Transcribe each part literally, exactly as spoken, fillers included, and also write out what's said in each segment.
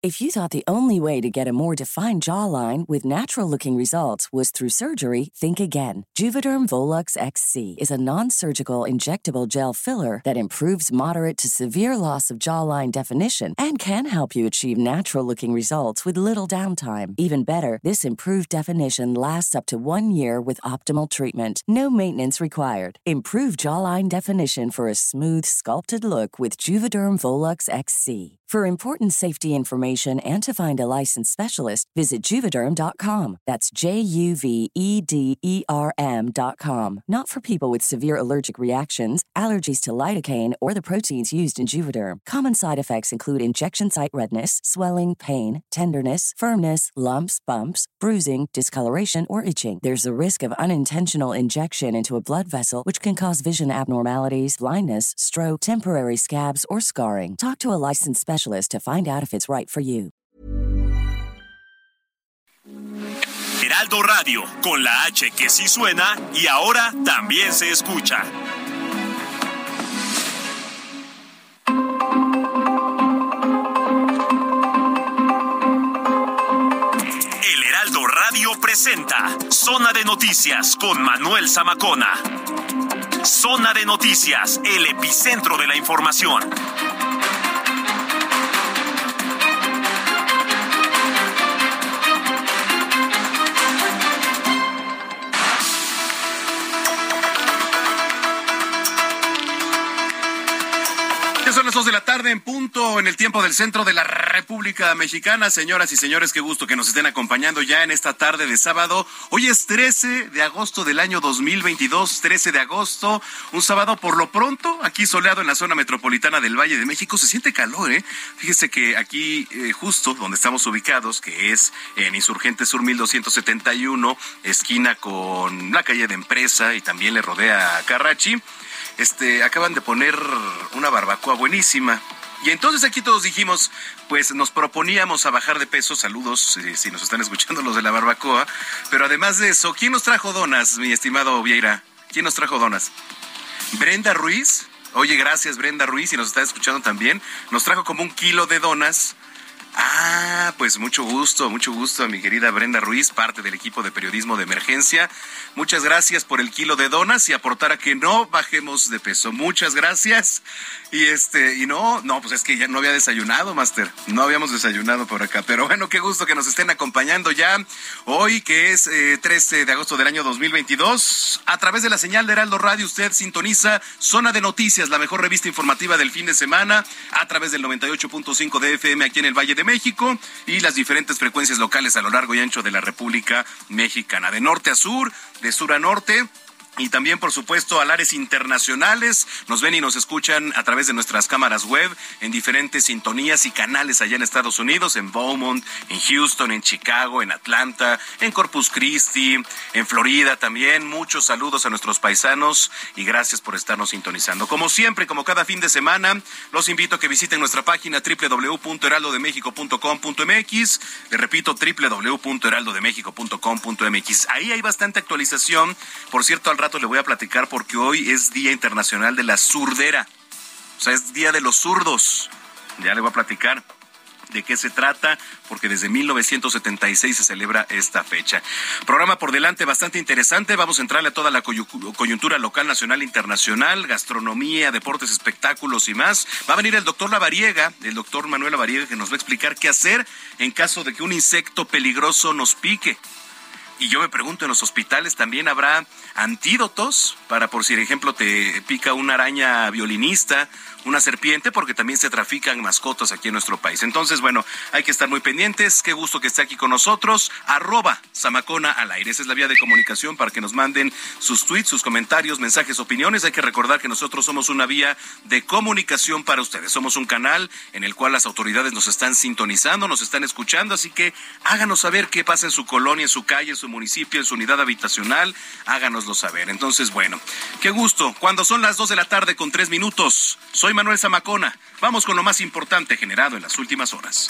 If you thought the only way to get a more defined jawline with natural-looking results was through surgery, think again. Juvederm Volux X C is a non-surgical injectable gel filler that improves moderate to severe loss of jawline definition and can help you achieve natural-looking results with little downtime. Even better, this improved definition lasts up to one year with optimal treatment. No maintenance required. Improve jawline definition for a smooth, sculpted look with Juvederm Volux X C. For important safety information and to find a licensed specialist, visit Juvederm dot com. That's J U V E D E R M dot com. Not for people with severe allergic reactions, allergies to lidocaine, or the proteins used in Juvederm. Common side effects include injection site redness, swelling, pain, tenderness, firmness, lumps, bumps, bruising, discoloration, or itching. There's a risk of unintentional injection into a blood vessel, which can cause vision abnormalities, blindness, stroke, temporary scabs, or scarring. Talk to a licensed specialist to find out if it's right for you. Heraldo Radio, con la H que sí suena y ahora también se escucha. El Heraldo Radio presenta Zona de Noticias con Manuel Zamacona. Zona de Noticias, el epicentro de la información. Son las dos de la tarde en punto en el tiempo del centro de la República Mexicana. Señoras y señores, qué gusto que nos estén acompañando ya en esta tarde de sábado. Hoy es trece de agosto del año dos mil veintidós, trece de agosto, un sábado por lo pronto, aquí soleado en la zona metropolitana del Valle de México. Se siente calor, ¿eh? Fíjese que aquí, eh, justo donde estamos ubicados, que es en Insurgente Sur mil doscientos setenta y uno, esquina con la calle de Empresa y también le rodea a Carrachi, Este, acaban de poner una barbacoa buenísima. Y entonces aquí todos dijimos, pues nos proponíamos a bajar de peso. Saludos, eh, si nos están escuchando los de la barbacoa. Pero además de eso, ¿quién nos trajo donas, mi estimado Vieira? ¿Quién nos trajo donas? Brenda Ruiz. Oye, gracias Brenda Ruiz, si nos está escuchando también. Nos trajo como un kilo de donas. Ah, pues mucho gusto, mucho gusto a mi querida Brenda Ruiz, parte del equipo de periodismo de emergencia. Muchas gracias por el kilo de donas y aportar a que no bajemos de peso. Muchas gracias. Y este, y no, no, pues es que ya no había desayunado, Master. No habíamos desayunado por acá. Pero bueno, qué gusto que nos estén acompañando ya hoy, que es eh, trece de agosto del año dos mil veintidós. A través de la señal de Heraldo Radio, usted sintoniza Zona de Noticias, la mejor revista informativa del fin de semana, a través del noventa y ocho punto cinco de F M aquí en el Valle de México y las diferentes frecuencias locales a lo largo y ancho de la República Mexicana, de norte a sur, de sur a norte. Y también, por supuesto, a lares internacionales. Nos ven y nos escuchan a través de nuestras cámaras web en diferentes sintonías y canales allá en Estados Unidos, en Beaumont, en Houston, en Chicago, en Atlanta, en Corpus Christi, en Florida también. Muchos saludos a nuestros paisanos y gracias por estarnos sintonizando. Como siempre, como cada fin de semana, los invito a que visiten nuestra página doble u doble u doble u punto heraldo de méxico punto com punto m x. Les repito, doble u doble u doble u punto heraldo de méxico punto com punto m x. Ahí hay bastante actualización. Por cierto, al rato le voy a platicar porque hoy es Día Internacional de la Surdera. O sea, es Día de los Zurdos. Ya le voy a platicar de qué se trata, porque desde mil novecientos setenta y seis se celebra esta fecha. Programa por delante bastante interesante. Vamos a entrarle a toda la coyuntura local, nacional, internacional, gastronomía, deportes, espectáculos y más. Va a venir el doctor Lavariega, el doctor Manuel Lavariega, que nos va a explicar qué hacer en caso de que un insecto peligroso nos pique. Y yo me pregunto, ¿en los hospitales también habrá antídotos para, por si, por ejemplo, te pica una araña violinista, una serpiente? Porque también se trafican mascotas aquí en nuestro país. Entonces, bueno, hay que estar muy pendientes. Qué gusto que esté aquí con nosotros. Arroba Zamacona al aire. Esa es la vía de comunicación para que nos manden sus tweets, sus comentarios, mensajes, opiniones. Hay que recordar que nosotros somos una vía de comunicación para ustedes. Somos un canal en el cual las autoridades nos están sintonizando, nos están escuchando. Así que háganos saber qué pasa en su colonia, en su calle, en su municipio, en su unidad habitacional. Háganoslo saber. Entonces, bueno, qué gusto. Cuando son las dos de la tarde con tres minutos, soy Manuel Zamacona. Vamos con lo más importante generado en las últimas horas.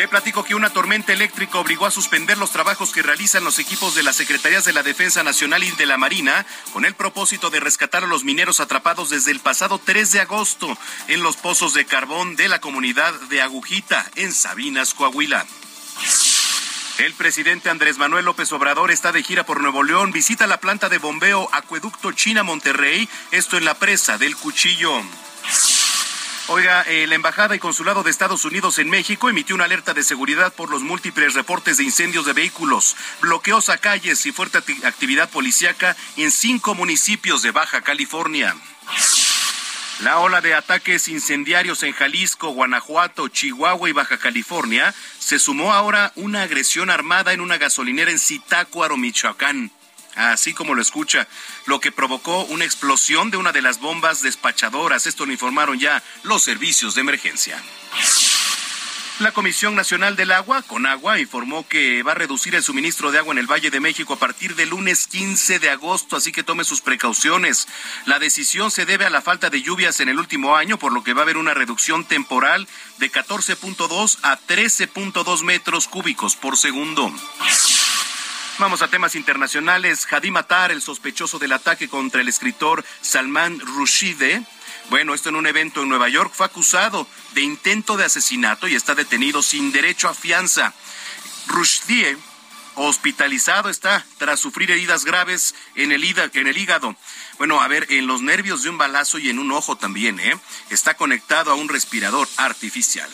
Le platico que una tormenta eléctrica obligó a suspender los trabajos que realizan los equipos de las Secretarías de la Defensa Nacional y de la Marina con el propósito de rescatar a los mineros atrapados desde el pasado tres de agosto en los pozos de carbón de la comunidad de Agujita, en Sabinas, Coahuila. El presidente Andrés Manuel López Obrador está de gira por Nuevo León, visita la planta de bombeo Acueducto China-Monterrey, esto en la presa del Cuchillo. Oiga, eh, la Embajada y Consulado de Estados Unidos en México emitió una alerta de seguridad por los múltiples reportes de incendios de vehículos, bloqueos a calles y fuerte actividad policíaca en cinco municipios de Baja California. La ola de ataques incendiarios en Jalisco, Guanajuato, Chihuahua y Baja California se sumó ahora una agresión armada en una gasolinera en Zitácuaro, Michoacán. Así como lo escucha, lo que provocó una explosión de una de las bombas despachadoras. Esto lo informaron ya los servicios de emergencia. La Comisión Nacional del Agua, Conagua, informó que va a reducir el suministro de agua en el Valle de México a partir del lunes quince de agosto, así que tome sus precauciones. La decisión se debe a la falta de lluvias en el último año, por lo que va a haber una reducción temporal de catorce punto dos a trece punto dos metros cúbicos por segundo. Vamos a temas internacionales. Hadi Matar, el sospechoso del ataque contra el escritor Salman Rushdie, bueno, esto en un evento en Nueva York, fue acusado de intento de asesinato y está detenido sin derecho a fianza. Rushdie, hospitalizado está tras sufrir heridas graves en el, en el hígado. Bueno, a ver, en los nervios de un balazo y en un ojo también, ¿eh? Está conectado a un respirador artificial.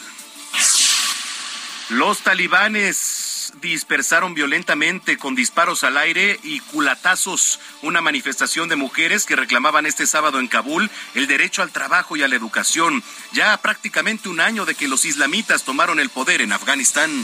Los talibanes dispersaron violentamente con disparos al aire y culatazos una manifestación de mujeres que reclamaban este sábado en Kabul el derecho al trabajo y a la educación, ya prácticamente un año de que los islamitas tomaron el poder en Afganistán.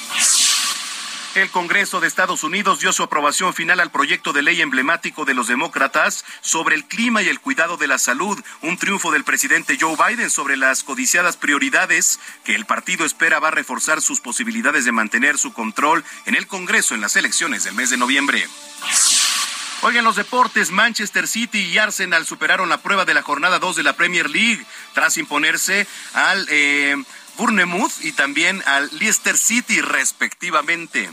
El Congreso de Estados Unidos dio su aprobación final al proyecto de ley emblemático de los demócratas sobre el clima y el cuidado de la salud, un triunfo del presidente Joe Biden sobre las codiciadas prioridades que el partido espera va a reforzar sus posibilidades de mantener su control en el Congreso en las elecciones del mes de noviembre. Oigan, los deportes, Manchester City y Arsenal superaron la prueba de la jornada dos de la Premier League tras imponerse al eh, Bournemouth y también al Leicester City respectivamente.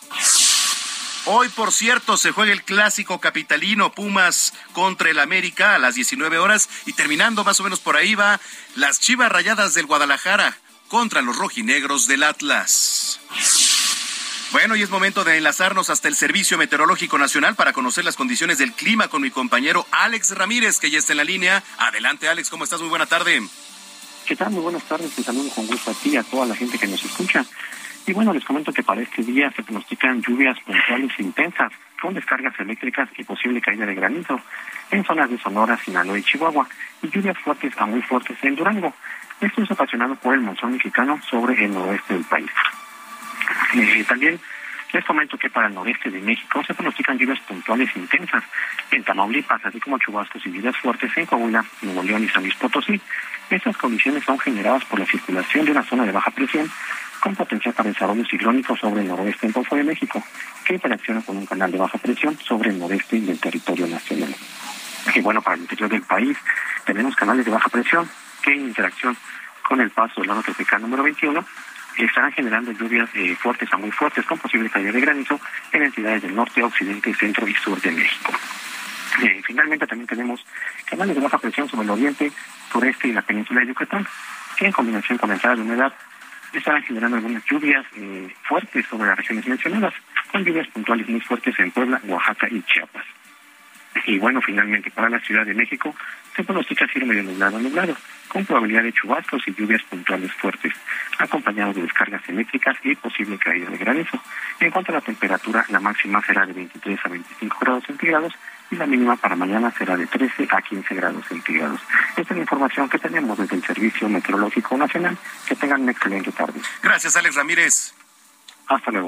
Hoy, por cierto, se juega el clásico capitalino Pumas contra el América a las diecinueve horas y terminando más o menos por ahí va las Chivas Rayadas del Guadalajara contra los rojinegros del Atlas. Bueno, y es momento de enlazarnos hasta el Servicio Meteorológico Nacional para conocer las condiciones del clima con mi compañero Alex Ramírez, que ya está en la línea. Adelante, Alex, ¿cómo estás? Muy buena tarde. ¿Qué tal? Muy buenas tardes. Te saludo con gusto a ti y a toda la gente que nos escucha. Y bueno, les comento que para este día se pronostican lluvias puntuales intensas con descargas eléctricas y posible caída de granizo en zonas de Sonora, Sinaloa y Chihuahua, y lluvias fuertes a muy fuertes en Durango. Esto es ocasionado por el monzón mexicano sobre el noroeste del país. Eh, también les comento que para el noreste de México se pronostican lluvias puntuales intensas en Tamaulipas, así como chubascos y lluvias fuertes en Coahuila, Nuevo León y San Luis Potosí. Estas condiciones son generadas por la circulación de una zona de baja presión con potencial para desarrollo ciclónico sobre el noroeste del Golfo de México, que interacciona con un canal de baja presión sobre el noreste del territorio nacional. Y bueno, para el interior del país tenemos canales de baja presión que en interacción con el paso del lado tropical número veintiuno estarán generando lluvias eh, fuertes a muy fuertes con posible caída de granizo en entidades del norte, occidente, centro y sur de México. Eh, finalmente también tenemos canales de baja presión sobre el oriente, sureste y la península de Yucatán, que en combinación con la entrada de humedad estarán generando algunas lluvias eh, fuertes sobre las regiones mencionadas, con lluvias puntuales muy fuertes en Puebla, Oaxaca y Chiapas. Y bueno, finalmente para la Ciudad de México se pronostica cielo medio nublado nublado, con probabilidad de chubascos y lluvias puntuales fuertes, acompañados de descargas eléctricas y posible caída de granizo. En cuanto a la temperatura, la máxima será de veintitrés a veinticinco grados centígrados y la mínima para mañana será de trece a quince grados centígrados. Esta es la información que tenemos desde el Servicio Meteorológico Nacional. Que tengan una excelente tarde. Gracias, Alex Ramírez. Hasta luego.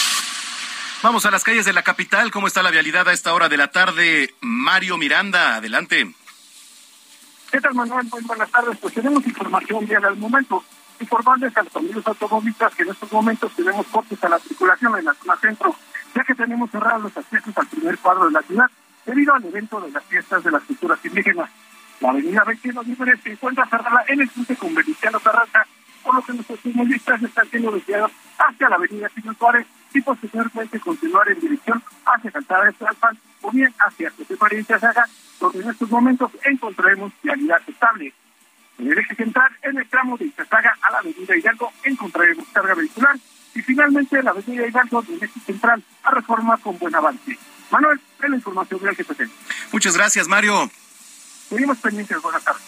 Vamos a las calles de la capital. ¿Cómo está la vialidad a esta hora de la tarde? Mario Miranda, adelante. ¿Qué tal, Manuel? Muy buenas tardes. Pues tenemos información vial al momento. Informarles a los amigos automovilistas que en estos momentos tenemos cortes a la circulación en la zona centro, ya que tenemos cerrados los accesos al primer cuadro de la ciudad debido al evento de las fiestas de las culturas indígenas. La avenida veintiuno Libre se encuentra cerrada en el cruce con Veneciano Carranza por lo que nuestros automovilistas están siendo desviados hacia la avenida Pino Suárez y posteriormente continuar en dirección hacia Calzada de Tlalpan o bien hacia José María Saga, donde en estos momentos encontraremos vialidad estable. En el eje central, en el tramo de Izazaga a la avenida Hidalgo, encontraremos carga vehicular y finalmente la avenida Hidalgo del eje central a Reforma con buen avance. Manuel, es la información real que te tengo. Muchas gracias, Mario. Seguimos pendientes, buenas tardes.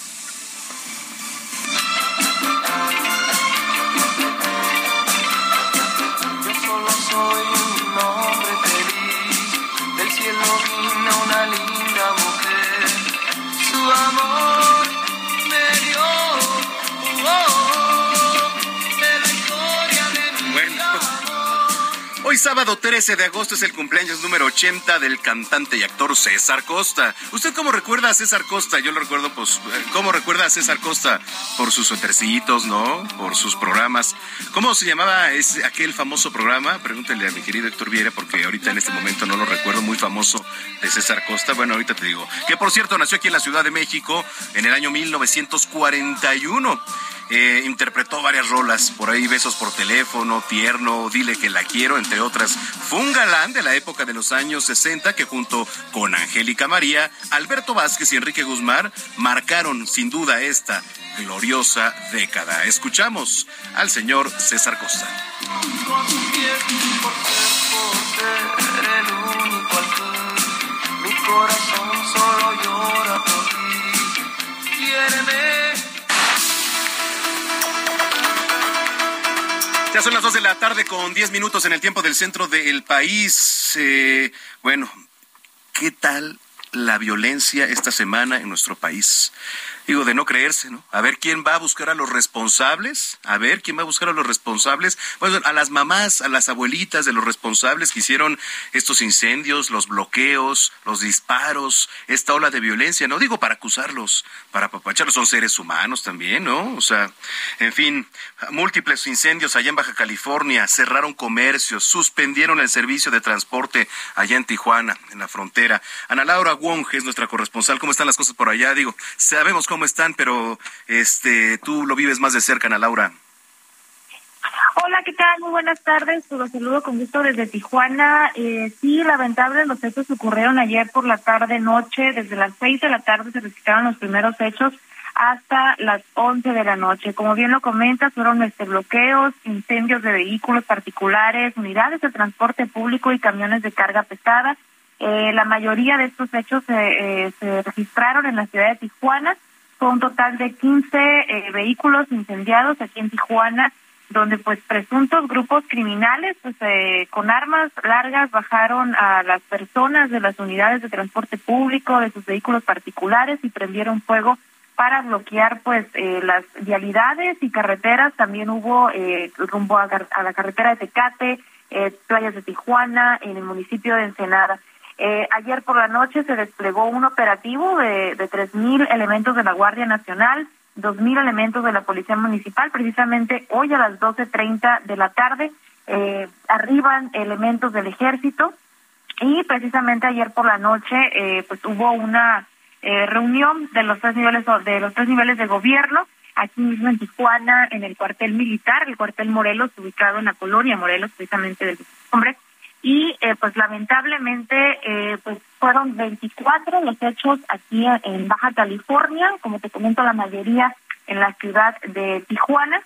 Yo solo soy un hombre feliz, del cielo vino una linda mujer, su amor me dio, oh, oh, de la historia de mi bueno. Hoy sábado trece de agosto es el cumpleaños número ochenta del cantante y actor César Costa. ¿Usted cómo recuerda a César Costa? Yo lo recuerdo, pues, ¿cómo recuerda a César Costa? Por sus suétercitos, ¿no? Por sus programas. ¿Cómo se llamaba ese, aquel famoso programa? Pregúntale a mi querido Héctor Viera, porque ahorita en este momento no lo recuerdo, muy famoso de César Costa. Bueno, ahorita te digo. Que por cierto, nació aquí en la Ciudad de México en el año mil novecientos cuarenta y uno. Eh, interpretó varias rolas, por ahí Besos por teléfono, Tierno, Dile que la quiero, entre otras. Fue un galán de la época de los años sesenta que junto con Angélica María, Alberto Vázquez y Enrique Guzmán marcaron sin duda esta gloriosa década. Escuchamos al señor César Costa. Mi corazón solo llora por ti. Quiéreme. Ya son las dos de la tarde con diez minutos en el tiempo del centro del país. Eh, bueno, ¿qué tal la violencia esta semana en nuestro país? Digo, de no creerse, ¿no? A ver quién va a buscar a los responsables, a ver quién va a buscar a los responsables, bueno, a las mamás, a las abuelitas de los responsables que hicieron estos incendios, los bloqueos, los disparos, esta ola de violencia, no digo para acusarlos, para apapacharlos, son seres humanos también, ¿no? O sea, en fin, múltiples incendios allá en Baja California, cerraron comercios, suspendieron el servicio de transporte allá en Tijuana, en la frontera. Ana Laura Wong es nuestra corresponsal. ¿Cómo están las cosas por allá? Digo, sabemos cómo están, pero este, tú lo vives más de cerca, Ana Laura. Hola, ¿qué tal? Muy buenas tardes. Los saludo con gusto desde Tijuana. Eh, sí, lamentable, los hechos ocurrieron ayer por la tarde-noche. Desde las seis de la tarde se registraron los primeros hechos hasta las once de la noche. Como bien lo comentas, fueron este bloqueos, incendios de vehículos particulares, unidades de transporte público y camiones de carga pesada. Eh, la mayoría de estos hechos eh, eh, se registraron en la ciudad de Tijuana. Fue un total de quince eh, vehículos incendiados aquí en Tijuana, donde pues presuntos grupos criminales pues eh, con armas largas bajaron a las personas de las unidades de transporte público, de sus vehículos particulares y prendieron fuego para bloquear pues eh, las vialidades y carreteras. También hubo eh, rumbo a, a la carretera de Tecate, eh, playas de Tijuana, en el municipio de Ensenada. Eh, ayer por la noche se desplegó un operativo de, de tres mil elementos de la Guardia Nacional, dos mil elementos de la Policía Municipal. Precisamente hoy a las doce treinta de la tarde eh, arriban elementos del Ejército y precisamente ayer por la noche eh, pues hubo una eh, reunión de los tres niveles de los tres niveles de gobierno aquí mismo en Tijuana, en el cuartel militar, el cuartel Morelos, ubicado en la colonia Morelos, precisamente del hombre. Y eh, pues lamentablemente eh, pues fueron veinticuatro los hechos aquí en Baja California, como te comento, la mayoría en la ciudad de Tijuana.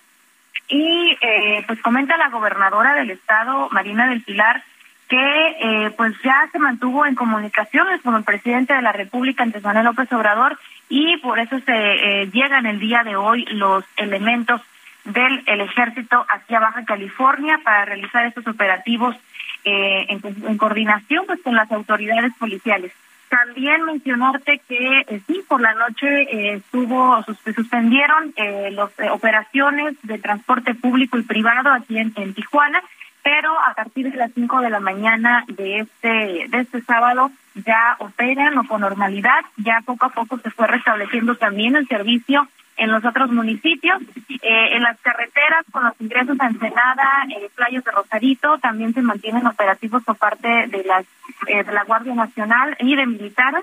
Y eh, pues comenta la gobernadora del estado, Marina del Pilar, que eh, pues ya se mantuvo en comunicaciones con el presidente de la República, Andrés Manuel López Obrador, y por eso se eh, llegan el día de hoy los elementos del el ejército aquí a Baja California para realizar estos operativos Eh, en, en coordinación pues con las autoridades policiales. También mencionarte que eh, sí, por la noche eh, estuvo, sus, se suspendieron eh, las eh, operaciones de transporte público y privado aquí en, en Tijuana, pero a partir de las cinco de la mañana de este de este sábado ya operan o con normalidad. Ya poco a poco se fue restableciendo también el servicio en los otros municipios, eh, en las carreteras con los ingresos a Ensenada, eh, playas de Rosarito, también se mantienen operativos por parte de las eh, de la Guardia Nacional y de militares,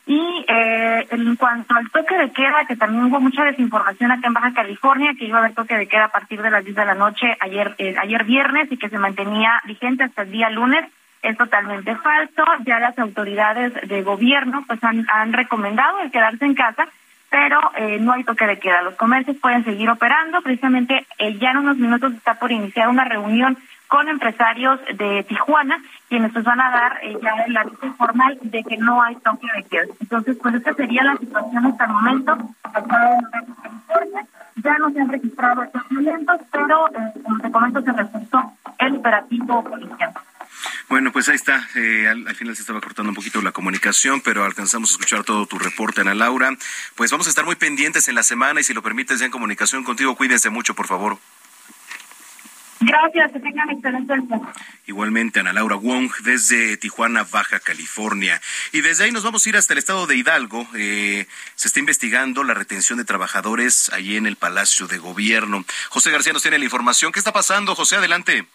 Y eh, en cuanto al toque de queda, que también hubo mucha desinformación acá en Baja California, que iba a haber toque de queda a partir de las diez de la noche ayer eh, ayer viernes y que se mantenía vigente hasta el día lunes, es totalmente falso. Ya las autoridades de gobierno pues han, han recomendado el quedarse en casa, pero eh, no hay toque de queda. Los comercios pueden seguir operando. Precisamente eh, ya en unos minutos está por iniciar una reunión con empresarios de Tijuana, quienes pues van a dar eh, ya el aviso formal de que no hay toque de queda. Entonces, pues esta sería la situación hasta el momento. Acá en California ya no se han registrado estos violentos, pero eh, como te comento, se reforzó el operativo policial. Bueno, pues ahí está. Eh, al, al final se estaba cortando un poquito la comunicación, pero alcanzamos a escuchar todo tu reporte, Ana Laura. Pues vamos a estar muy pendientes en la semana y si lo permites ya en comunicación contigo, cuídense mucho, por favor. Gracias, que tengan excelente día. Igualmente, Ana Laura Wong, desde Tijuana, Baja California. Y desde ahí nos vamos a ir hasta el estado de Hidalgo. Eh, se está investigando la retención de trabajadores allí en el Palacio de Gobierno. José García nos tiene la información. ¿Qué está pasando, José? Adelante.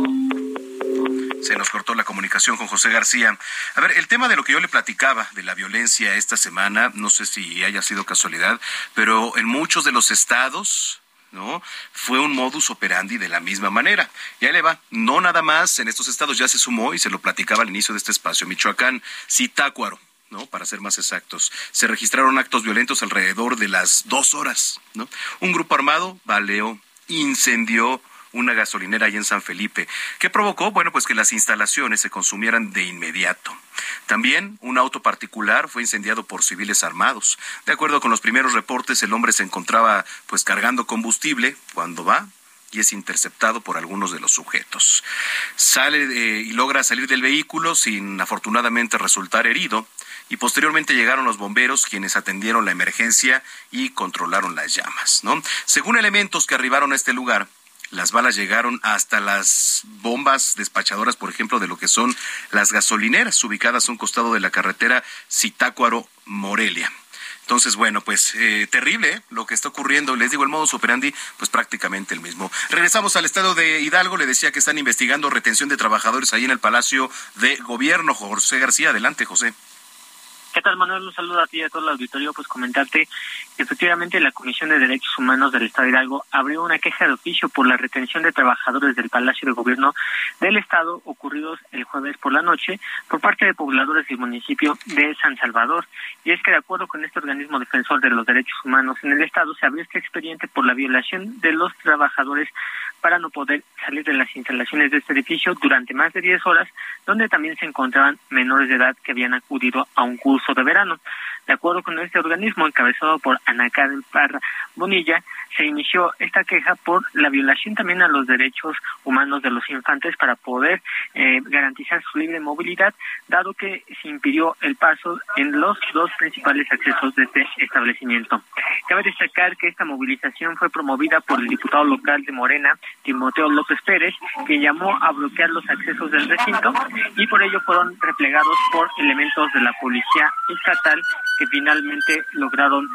Se nos cortó la comunicación con José García. A ver, el tema de lo que yo le platicaba, de la violencia esta semana, no sé si haya sido casualidad, pero en muchos de los estados, ¿no?, fue un modus operandi de la misma manera. Y ahí le va, no nada más en estos estados, ya se sumó y se lo platicaba al inicio de este espacio, Michoacán, Zitácuaro, ¿no?, para ser más exactos. Se registraron actos violentos alrededor de las dos horas, ¿no? Un grupo armado baleó, incendió una gasolinera ahí en San Felipe. ¿Qué provocó? Bueno, pues que las instalaciones se consumieran de inmediato. También un auto particular fue incendiado por civiles armados. De acuerdo con los primeros reportes, el hombre se encontraba pues cargando combustible cuando va y es interceptado por algunos de los sujetos. Sale eh, y logra salir del vehículo sin afortunadamente resultar herido. Y posteriormente llegaron los bomberos, quienes atendieron la emergencia y controlaron las llamas, ¿no? Según elementos que arribaron a este lugar, las balas llegaron hasta las bombas despachadoras, por ejemplo, de lo que son las gasolineras ubicadas a un costado de la carretera Zitácuaro-Morelia. Entonces, bueno, pues eh, terrible ¿eh? lo que está ocurriendo. Les digo, el modus operandi, pues prácticamente el mismo. Regresamos al estado de Hidalgo. Le decía que están investigando retención de trabajadores ahí en el Palacio de Gobierno. José García, adelante, José. ¿Qué tal, Manuel? Un saludo a ti y a todo el auditorio. Pues comentarte que efectivamente la Comisión de Derechos Humanos del Estado de Hidalgo abrió una queja de oficio por la retención de trabajadores del Palacio de Gobierno del Estado ocurridos el jueves por la noche por parte de pobladores del municipio de San Salvador. Y es que de acuerdo con este organismo defensor de los derechos humanos en el Estado, se abrió este expediente por la violación de los trabajadores para no poder salir de las instalaciones de este edificio durante más de diez horas, donde también se encontraban menores de edad que habían acudido a un curso de verano. De acuerdo con este organismo, encabezado por Ana Karen Parra Bonilla, se inició esta queja por la violación también a los derechos humanos de los infantes para poder eh, garantizar su libre movilidad, dado que se impidió el paso en los dos principales accesos de este establecimiento. Cabe destacar que esta movilización fue promovida por el diputado local de Morena, Timoteo López Pérez, quien llamó a bloquear los accesos del recinto, y por ello fueron replegados por elementos de la policía estatal que finalmente lograron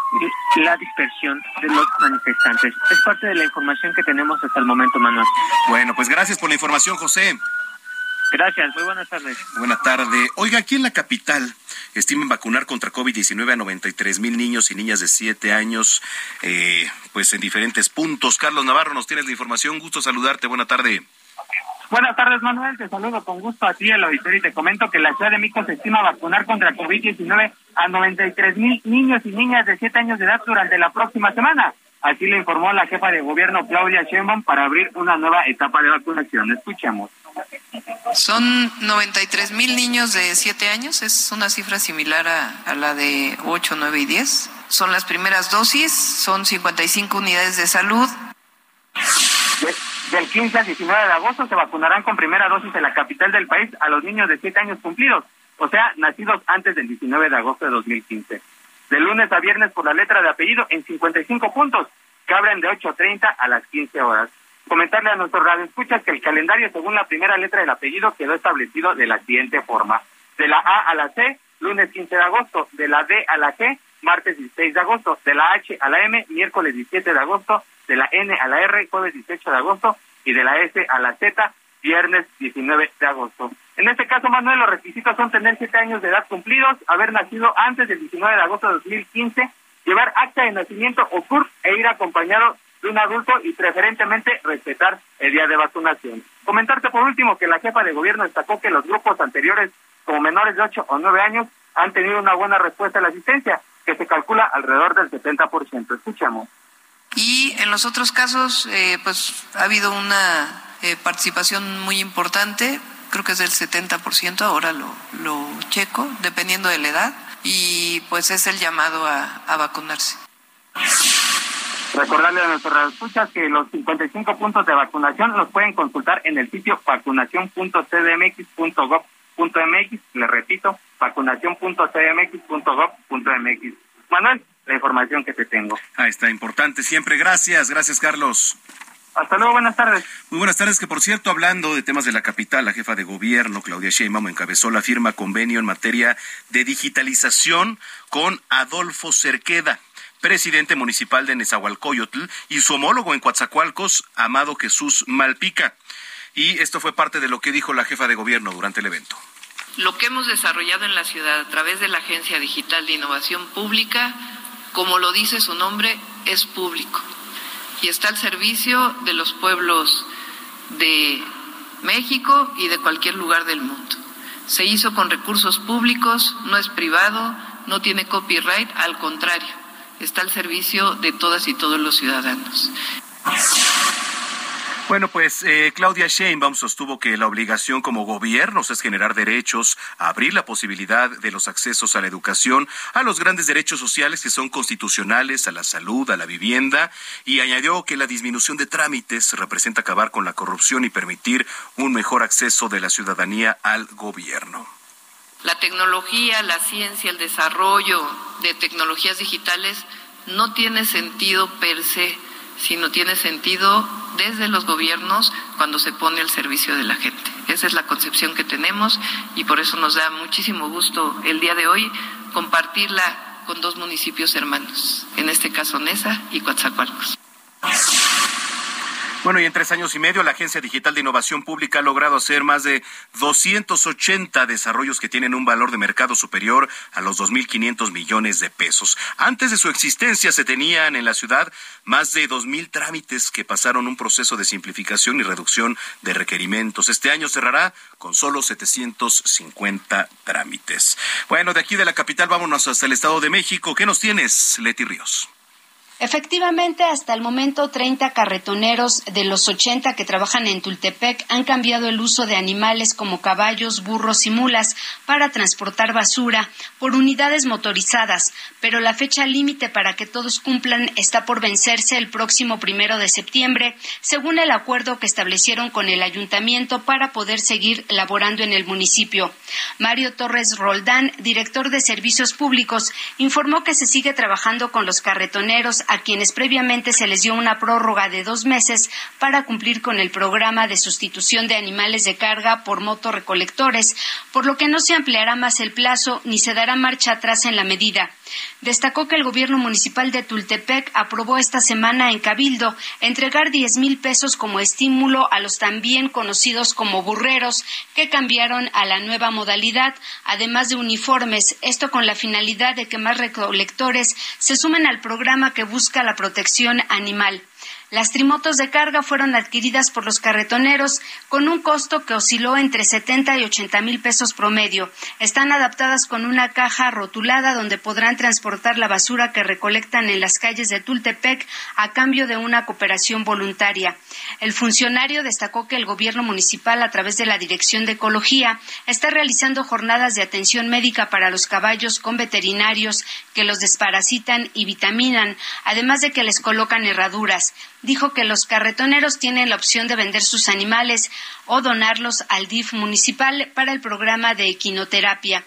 la dispersión de los manifestantes. Es parte de la información que tenemos hasta el momento, Manuel. Bueno, pues gracias por la información, José. Gracias, muy buenas tardes. Buenas tardes. Oiga, aquí en la capital estiman vacunar contra COVID diecinueve a noventa y tres mil niños y niñas de siete años, eh, pues en diferentes puntos. Carlos Navarro, nos tienes la información. Gusto saludarte. Buena tarde. Buenas tardes, Manuel. Te saludo con gusto a ti, el auditorio, y te comento que la Ciudad de México se estima vacunar contra COVID diecinueve a noventa y tres mil niños y niñas de siete años de edad durante la próxima semana. Así lo informó la jefa de gobierno, Claudia Sheinbaum, para abrir una nueva etapa de vacunación. Escuchemos. Son noventa y tres mil niños de siete años, es una cifra similar a, a la de ocho, nueve y diez. Son las primeras dosis, son cincuenta y cinco unidades de salud. De, del quince al diecinueve de agosto se vacunarán con primera dosis en la capital del país a los niños de siete años cumplidos, o sea, nacidos antes del diecinueve de agosto de dos mil quince. De lunes a viernes por la letra de apellido en cincuenta y cinco puntos, que abren de ocho treinta a las quince horas. Comentarle a nuestros radioescuchas que el calendario según la primera letra del apellido quedó establecido de la siguiente forma. De la A a la C, lunes quince de agosto. De la D a la G, martes dieciséis de agosto. De la H a la M, miércoles diecisiete de agosto. De la N a la R, jueves dieciocho de agosto. Y de la S a la Z, viernes diecinueve de agosto. En este caso, Manuel, los requisitos son tener siete años de edad cumplidos, haber nacido antes del diecinueve de agosto de dos mil quince, llevar acta de nacimiento o C U R P e ir acompañado de un adulto y preferentemente respetar el día de vacunación. Comentarte por último que la jefa de gobierno destacó que los grupos anteriores, como menores de ocho o nueve años, han tenido una buena respuesta a la asistencia, que se calcula alrededor del setenta por ciento. Escuchamos. Y en los otros casos, eh, pues ha habido una eh, participación muy importante, creo que es del setenta por ciento, ahora lo, lo checo, dependiendo de la edad, y pues es el llamado a, a vacunarse. Recordarle a nuestros radioescuchas que los cincuenta y cinco puntos de vacunación los pueden consultar en el sitio vacunación punto c d m x punto gov punto m x. Le repito, vacunación punto c d m x punto gov punto m x. Manuel, la información que te tengo. Ahí está, importante siempre. Gracias, gracias, Carlos. Hasta luego, buenas tardes. Muy buenas tardes, que por cierto, hablando de temas de la capital, la jefa de gobierno, Claudia Sheinbaum, encabezó la firma convenio en materia de digitalización con Adolfo Cerqueda, presidente municipal de Nezahualcóyotl, y su homólogo en Coatzacoalcos, Amado Jesús Malpica. Y esto fue parte de lo que dijo la jefa de gobierno durante el evento. Lo que hemos desarrollado en la ciudad a través de la Agencia Digital de Innovación Pública, como lo dice su nombre, es público y está al servicio de los pueblos de México y de cualquier lugar del mundo. Se hizo con recursos públicos, no es privado, no tiene copyright, al contrario, está al servicio de todas y todos los ciudadanos. Bueno, pues eh, Claudia Sheinbaum sostuvo que la obligación como gobiernos es generar derechos, abrir la posibilidad de los accesos a la educación, a los grandes derechos sociales que son constitucionales, a la salud, a la vivienda, y añadió que la disminución de trámites representa acabar con la corrupción y permitir un mejor acceso de la ciudadanía al gobierno. La tecnología, la ciencia, el desarrollo de tecnologías digitales no tiene sentido per se, sino tiene sentido desde los gobiernos cuando se pone al servicio de la gente. Esa es la concepción que tenemos y por eso nos da muchísimo gusto el día de hoy compartirla con dos municipios hermanos, en este caso Neza y Coatzacoalcos. Bueno, y en tres años y medio la Agencia Digital de Innovación Pública ha logrado hacer más de doscientos ochenta desarrollos que tienen un valor de mercado superior a los dos mil quinientos millones de pesos. Antes de su existencia se tenían en la ciudad más de dos mil trámites que pasaron un proceso de simplificación y reducción de requerimientos. Este año cerrará con solo setecientos cincuenta trámites. Bueno, de aquí de la capital vámonos hasta el Estado de México. ¿Qué nos tienes, Leti Ríos? Efectivamente, hasta el momento, treinta carretoneros de los ochenta que trabajan en Tultepec han cambiado el uso de animales como caballos, burros y mulas para transportar basura por unidades motorizadas, pero la fecha límite para que todos cumplan está por vencerse el próximo primero de septiembre, según el acuerdo que establecieron con el ayuntamiento para poder seguir laborando en el municipio. Mario Torres Roldán, director de Servicios Públicos, informó que se sigue trabajando con los carretoneros a quienes previamente se les dio una prórroga de dos meses para cumplir con el programa de sustitución de animales de carga por motorrecolectores, por lo que no se ampliará más el plazo ni se dará marcha atrás en la medida. Destacó que el gobierno municipal de Tultepec aprobó esta semana en Cabildo entregar diez mil pesos como estímulo a los también conocidos como burreros que cambiaron a la nueva modalidad, además de uniformes, esto con la finalidad de que más recolectores se sumen al programa que busca la protección animal. Las trimotos de carga fueron adquiridas por los carretoneros con un costo que osciló entre setenta y ochenta mil pesos promedio. Están adaptadas con una caja rotulada donde podrán transportar la basura que recolectan en las calles de Tultepec a cambio de una cooperación voluntaria. El funcionario destacó que el gobierno municipal, a través de la Dirección de Ecología, está realizando jornadas de atención médica para los caballos con veterinarios que los desparasitan y vitaminan, además de que les colocan herraduras. Dijo que los carretoneros tienen la opción de vender sus animales o donarlos al D I F municipal para el programa de equinoterapia.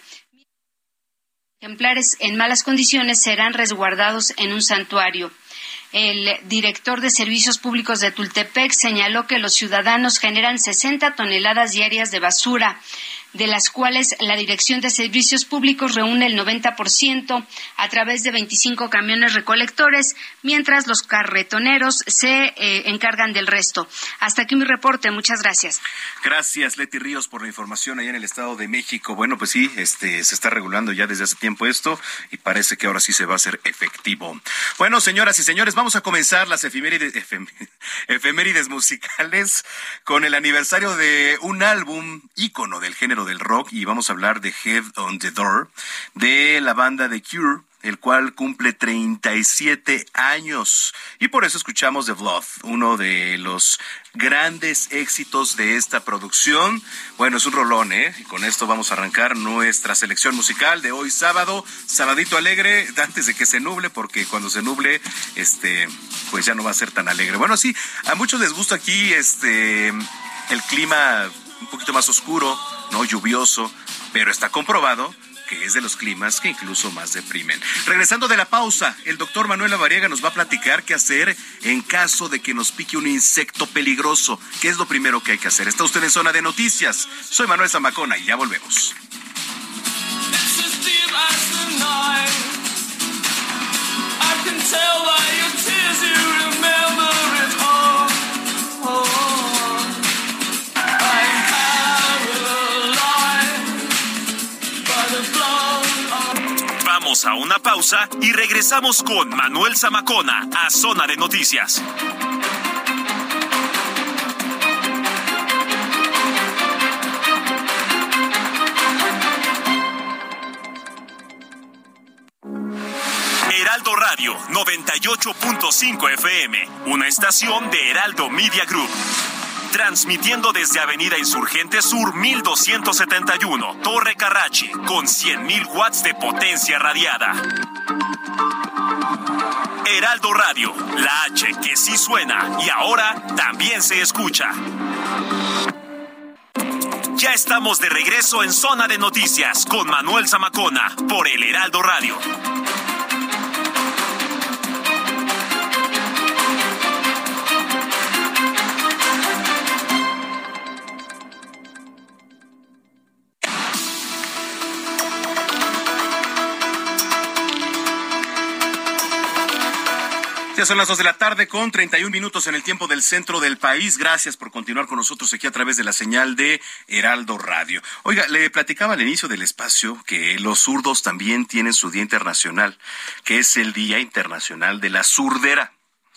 Ejemplares en malas condiciones serán resguardados en un santuario. El director de Servicios Públicos de Tultepec señaló que los ciudadanos generan sesenta toneladas diarias de basura, de las cuales la Dirección de Servicios Públicos reúne el noventa por ciento a través de veinticinco camiones recolectores, mientras los carretoneros se eh, encargan del resto. Hasta aquí mi reporte. Muchas gracias. Gracias, Leti Ríos, por la información allá en el Estado de México. Bueno, pues sí, este se está regulando ya desde hace tiempo esto y parece que ahora sí se va a hacer efectivo. Bueno, señoras y señores, vamos a comenzar las efemérides, efem, efemérides musicales con el aniversario de un álbum ícono del género del rock, y vamos a hablar de Head on the Door, de la banda The Cure, el cual cumple treinta y siete años. Y por eso escuchamos The Blood, uno de los grandes éxitos de esta producción. Bueno, es un rolón, ¿eh? Y con esto vamos a arrancar nuestra selección musical de hoy sábado. Sabadito alegre, antes de que se nuble, porque cuando se nuble, este, pues ya no va a ser tan alegre. Bueno, sí, a muchos les gusta aquí este el clima un poquito más oscuro, ¿no? Lluvioso, pero está comprobado que es de los climas que incluso más deprimen. Regresando de la pausa, el doctor Manuel Lavariega nos va a platicar qué hacer en caso de que nos pique un insecto peligroso. ¿Qué es lo primero que hay que hacer? Está usted en Zona de Noticias. Soy Manuel Zamacona y ya volvemos. Vamos a una pausa y regresamos con Manuel Zamacona a Zona de Noticias. Heraldo Radio noventa y ocho punto cinco F M, una estación de Heraldo Media Group. Transmitiendo desde Avenida Insurgente Sur mil doscientos setenta y uno, Torre Carrachi, con cien mil watts de potencia radiada. Heraldo Radio, la H que sí suena y ahora también se escucha. Ya estamos de regreso en Zona de Noticias con Manuel Zamacona por el Heraldo Radio. Ya son las dos de la tarde con treinta y un minutos en el tiempo del centro del país. Gracias por continuar con nosotros aquí a través de la señal de Heraldo Radio. Oiga, le platicaba al inicio del espacio que los zurdos también tienen su Día Internacional, que es el Día Internacional de la Surdera.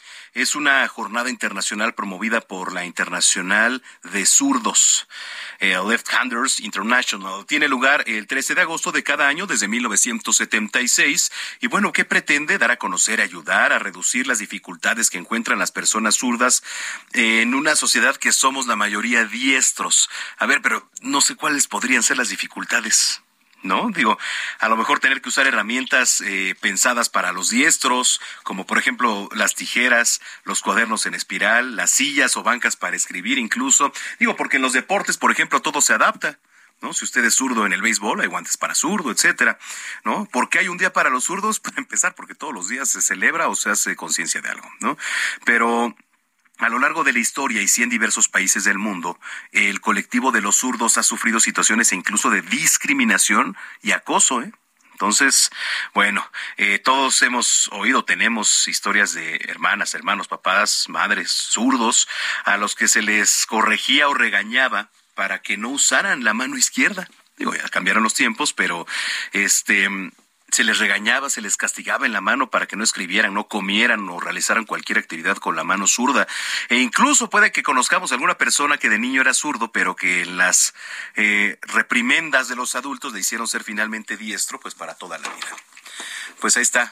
Es una jornada internacional promovida por la Internacional de Zurdos, eh, Left Handers International. Tiene lugar el trece de agosto de cada año desde mil novecientos setenta y seis. Y bueno, ¿qué pretende? Dar a conocer, ayudar a reducir las dificultades que encuentran las personas zurdas en una sociedad que somos la mayoría diestros. A ver, pero no sé cuáles podrían ser las dificultades, ¿no? Digo, a lo mejor tener que usar herramientas eh, pensadas para los diestros, como por ejemplo las tijeras, los cuadernos en espiral, las sillas o bancas para escribir incluso. Digo, porque en los deportes, por ejemplo, todo se adapta, ¿no? Si usted es zurdo en el béisbol, hay guantes para zurdo, etcétera, ¿no? ¿Por qué hay un día para los zurdos? Para empezar, porque todos los días se celebra o se hace conciencia de algo, ¿no? Pero a lo largo de la historia y sí en diversos países del mundo, el colectivo de los zurdos ha sufrido situaciones incluso de discriminación y acoso, ¿eh? Entonces, bueno, eh, todos hemos oído, tenemos historias de hermanas, hermanos, papás, madres zurdos a los que se les corregía o regañaba para que no usaran la mano izquierda. Digo, ya cambiaron los tiempos, pero este se les regañaba, se les castigaba en la mano para que no escribieran, no comieran o realizaran cualquier actividad con la mano zurda. E incluso puede que conozcamos a alguna persona que de niño era zurdo, pero que en las eh, reprimendas de los adultos le hicieron ser finalmente diestro, pues para toda la vida. Pues ahí está.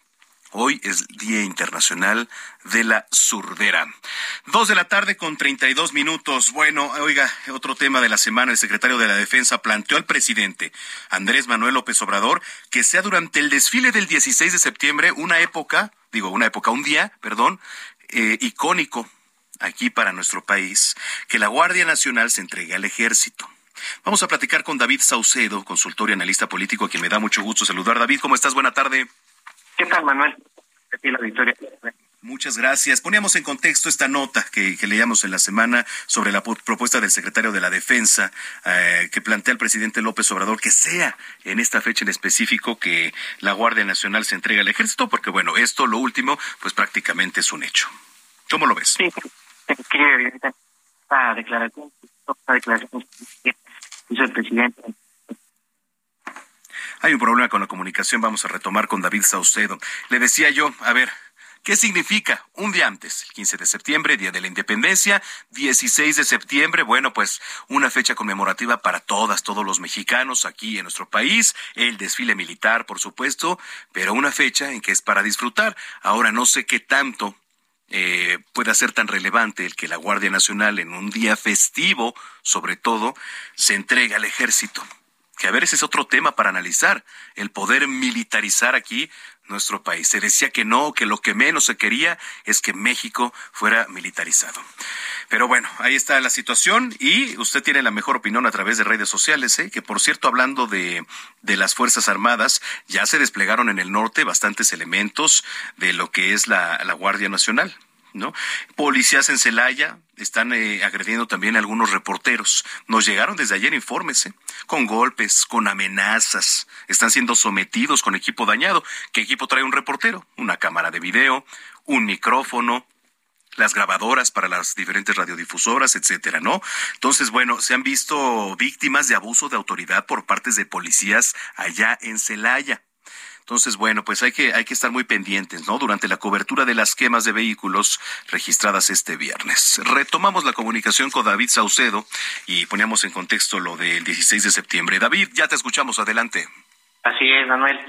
Hoy es Día Internacional de la Surdera. Dos de la tarde con treinta y dos minutos. Bueno, oiga, otro tema de la semana. El secretario de la Defensa planteó al presidente Andrés Manuel López Obrador que sea durante el desfile del dieciséis de septiembre una época, digo una época, un día, perdón, eh, icónico aquí para nuestro país, que la Guardia Nacional se entregue al Ejército. Vamos a platicar con David Saucedo, consultor y analista político, a quien me da mucho gusto saludar. David, ¿cómo estás? Buena tarde. ¿Qué tal, Manuel? Aquí la victoria. Muchas gracias. Poníamos en contexto esta nota que, que leíamos en la semana sobre la propuesta del secretario de la Defensa eh, que plantea el presidente López Obrador que sea en esta fecha en específico que la Guardia Nacional se entregue al Ejército, porque bueno, esto, lo último, pues prácticamente es un hecho. ¿Cómo lo ves? Sí, esta declaración, esta declaración que hizo el presidente. Hay un problema con la comunicación, vamos a retomar con David Saucedo. Le decía yo, a ver, ¿qué significa un día antes? El quince de septiembre, Día de la Independencia, dieciséis de septiembre, bueno, pues una fecha conmemorativa para todas, todos los mexicanos aquí en nuestro país, el desfile militar, por supuesto, pero una fecha en que es para disfrutar. Ahora no sé qué tanto eh, pueda ser tan relevante el que la Guardia Nacional en un día festivo, sobre todo, se entregue al Ejército. Que a ver, ese es otro tema para analizar, el poder militarizar aquí nuestro país. Se decía que no, que lo que menos se quería es que México fuera militarizado. Pero bueno, ahí está la situación y usted tiene la mejor opinión a través de redes sociales, ¿eh? Que por cierto, hablando de, de las Fuerzas Armadas, ya se desplegaron en el norte bastantes elementos de lo que es la, la Guardia Nacional, ¿no? Policías en Celaya están eh, agrediendo también a algunos reporteros. Nos llegaron desde ayer informes, ¿eh? Con golpes, con amenazas. Están siendo sometidos con equipo dañado. ¿Qué equipo trae un reportero? Una cámara de video, un micrófono, las grabadoras para las diferentes radiodifusoras, etcétera, ¿no? Entonces, bueno, se han visto víctimas de abuso de autoridad por partes de policías allá en Celaya. Entonces, bueno, pues hay que hay que estar muy pendientes, ¿no? Durante la cobertura de las quemas de vehículos registradas este viernes. Retomamos la comunicación con David Saucedo y poníamos en contexto lo del dieciséis de septiembre. David, ya te escuchamos, adelante. Así es, Manuel.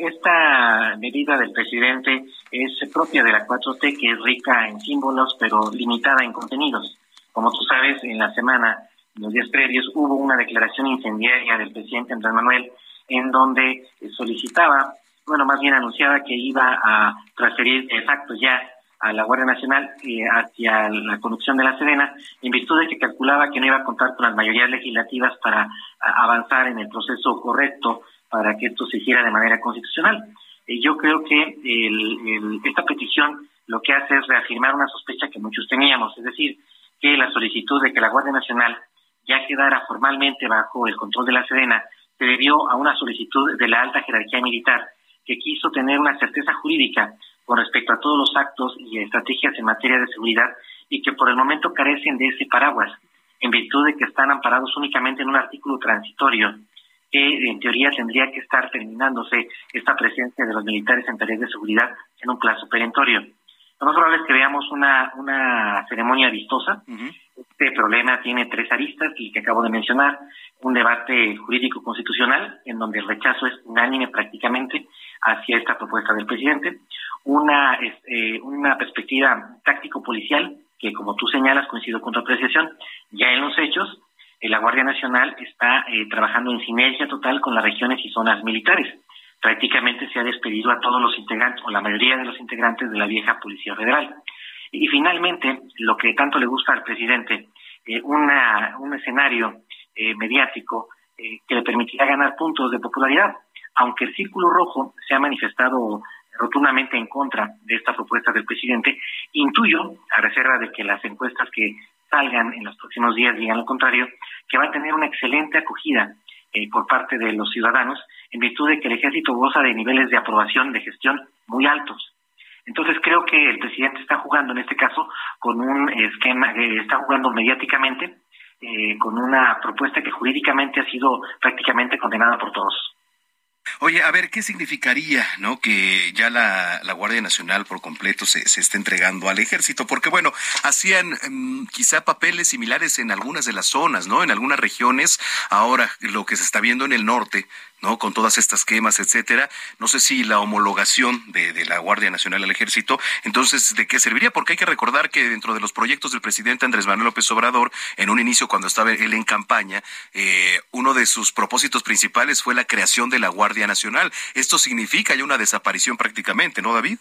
Esta medida del presidente es propia de la cuatro T, que es rica en símbolos, pero limitada en contenidos. Como tú sabes, en la semana, en los días previos, hubo una declaración incendiaria del presidente Andrés Manuel, en donde solicitaba, bueno, más bien anunciaba que iba a transferir exacto ya a la Guardia Nacional eh, hacia la conducción de la Sedena, en virtud de que calculaba que no iba a contar con las mayorías legislativas para a, avanzar en el proceso correcto para que esto se hiciera de manera constitucional. Eh, yo creo que el, el, esta petición lo que hace es reafirmar una sospecha que muchos teníamos, es decir, que la solicitud de que la Guardia Nacional ya quedara formalmente bajo el control de la Sedena se debió a una solicitud de la alta jerarquía militar que quiso tener una certeza jurídica con respecto a todos los actos y estrategias en materia de seguridad y que por el momento carecen de ese paraguas, en virtud de que están amparados únicamente en un artículo transitorio que en teoría tendría que estar terminándose esta presencia de los militares en tareas de seguridad en un plazo perentorio. Lo más probable es que veamos una, una ceremonia vistosa. Uh-huh. Este problema tiene tres aristas, el que acabo de mencionar, un debate jurídico constitucional, en donde el rechazo es unánime prácticamente hacia esta propuesta del presidente, una, eh, una perspectiva táctico-policial, que como tú señalas, coincido con tu apreciación, ya en los hechos, eh, la Guardia Nacional está eh, trabajando en sinergia total con las regiones y zonas militares. Prácticamente se ha despedido a todos los integrantes, o la mayoría de los integrantes de la vieja Policía Federal. Y, y finalmente, lo que tanto le gusta al presidente, eh, una, un escenario eh, mediático eh, que le permitirá ganar puntos de popularidad, aunque el Círculo Rojo se ha manifestado rotundamente en contra de esta propuesta del presidente. Intuyo, a reserva de que las encuestas que salgan en los próximos días digan lo contrario, que va a tener una excelente acogida eh, por parte de los ciudadanos, en virtud de que el ejército goza de niveles de aprobación de gestión muy altos. Entonces creo que el presidente está jugando en este caso con un esquema, eh, está jugando mediáticamente eh, con una propuesta que jurídicamente ha sido prácticamente condenada por todos. Oye, a ver, ¿qué significaría, no, que ya la, la Guardia Nacional por completo se, se esté entregando al Ejército? Porque, bueno, hacían um, quizá papeles similares en algunas de las zonas, ¿no? En algunas regiones. Ahora, lo que se está viendo en el norte, ¿no? Con todas estas quemas, etcétera. No sé si la homologación de, de la Guardia Nacional al Ejército, entonces, ¿de qué serviría? Porque hay que recordar que dentro de los proyectos del presidente Andrés Manuel López Obrador, en un inicio cuando estaba él en campaña, eh, uno de sus propósitos principales fue la creación de la Guardia Nacional. Esto significa ya una desaparición prácticamente, ¿no, David?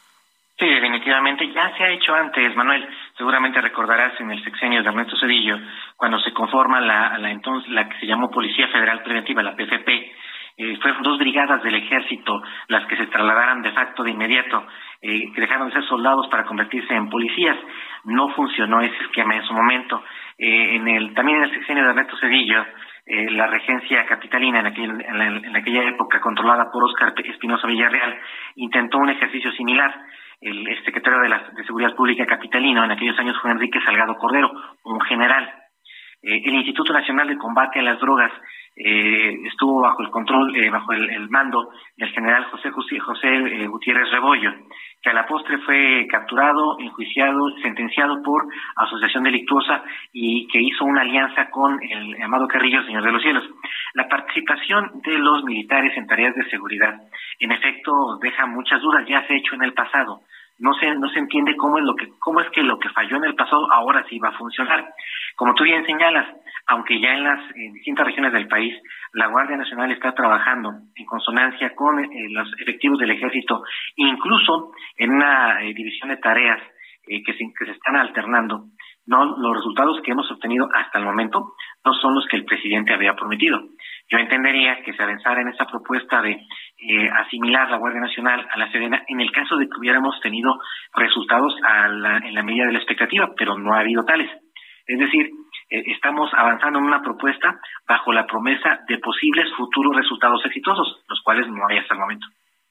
Sí, definitivamente. Ya se ha hecho antes, Manuel. Seguramente recordarás en el sexenio de Ernesto Zedillo, cuando se conforma la, la entonces la que se llamó Policía Federal Preventiva, la P F P, eh, fueron dos brigadas del ejército las que se trasladaran de facto de inmediato, eh, que dejaron de ser soldados para convertirse en policías. No funcionó ese esquema en su momento. Eh, en el también en el sexenio de Ernesto Zedillo, eh, la regencia capitalina en, aquel, en, la, en aquella época controlada por Óscar Espinosa Villarreal intentó un ejercicio similar. El, el secretario de, la, de Seguridad Pública capitalino en aquellos años fue Enrique Salgado Cordero, un general. Eh, el Instituto Nacional de Combate a las Drogas eh, estuvo bajo el control, eh, bajo el, el mando del general José José, José eh, Gutiérrez Rebollo, que a la postre fue capturado, enjuiciado, sentenciado por asociación delictuosa y que hizo una alianza con el Amado Carrillo, Señor de los Cielos. La participación de los militares en tareas de seguridad, en efecto, deja muchas dudas. Ya se ha hecho en el pasado. No se no se entiende cómo es lo que cómo es que lo que falló en el pasado ahora sí va a funcionar. Como tú bien señalas, aunque ya en las en distintas regiones del país la Guardia Nacional está trabajando en consonancia con eh, los efectivos del Ejército, incluso en una eh, división de tareas eh, que, se, que se están alternando, no los resultados que hemos obtenido hasta el momento no son los que el presidente había prometido. Yo entendería que se avanzara en esa propuesta de eh, asimilar la Guardia Nacional a la Sedena en el caso de que hubiéramos tenido resultados a la, en la medida de la expectativa, pero no ha habido tales. Es decir, eh, estamos avanzando en una propuesta bajo la promesa de posibles futuros resultados exitosos, los cuales no hay hasta el momento.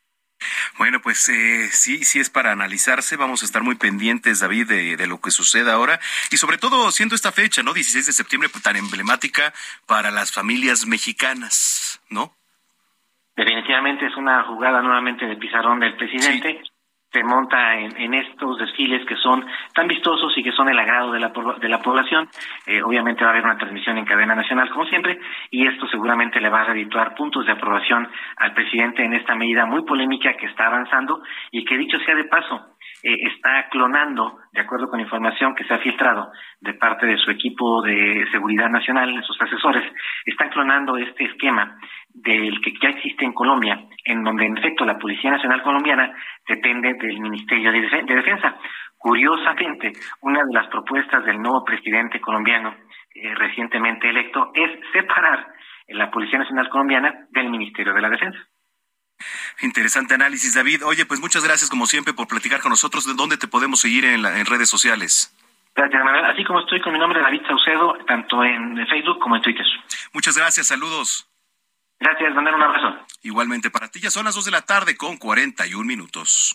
Bueno, pues eh, sí, sí es para analizarse. Vamos a estar muy pendientes, David, de, de lo que suceda ahora. Y sobre todo, siendo esta fecha, ¿no? dieciséis de septiembre, pues, tan emblemática para las familias mexicanas, ¿no? Definitivamente es una jugada nuevamente de pizarrón del presidente. Sí. Se monta en, en estos desfiles que son tan vistosos y que son el agrado de la, de la población. Eh, obviamente va a haber una transmisión en cadena nacional, como siempre, y esto seguramente le va a redituar puntos de aprobación al presidente en esta medida muy polémica que está avanzando y que, dicho sea de paso, eh, está clonando, de acuerdo con información que se ha filtrado de parte de su equipo de seguridad nacional, de sus asesores, están clonando este esquema del que ya existe en Colombia, en donde en efecto la Policía Nacional Colombiana depende del Ministerio de Defensa. Curiosamente, una de las propuestas del nuevo presidente colombiano eh, recientemente electo es separar la Policía Nacional Colombiana del Ministerio de la Defensa. Interesante análisis, David. Oye, pues muchas gracias como siempre por platicar con nosotros. ¿De dónde te podemos seguir en, la, en redes sociales? Gracias, Manuel. Así como estoy con mi nombre, David Saucedo, tanto en Facebook como en Twitter. Muchas gracias, saludos. Gracias, Manuel, un abrazo. Igualmente para ti. Ya son las dos de la tarde con cuarenta y un minutos.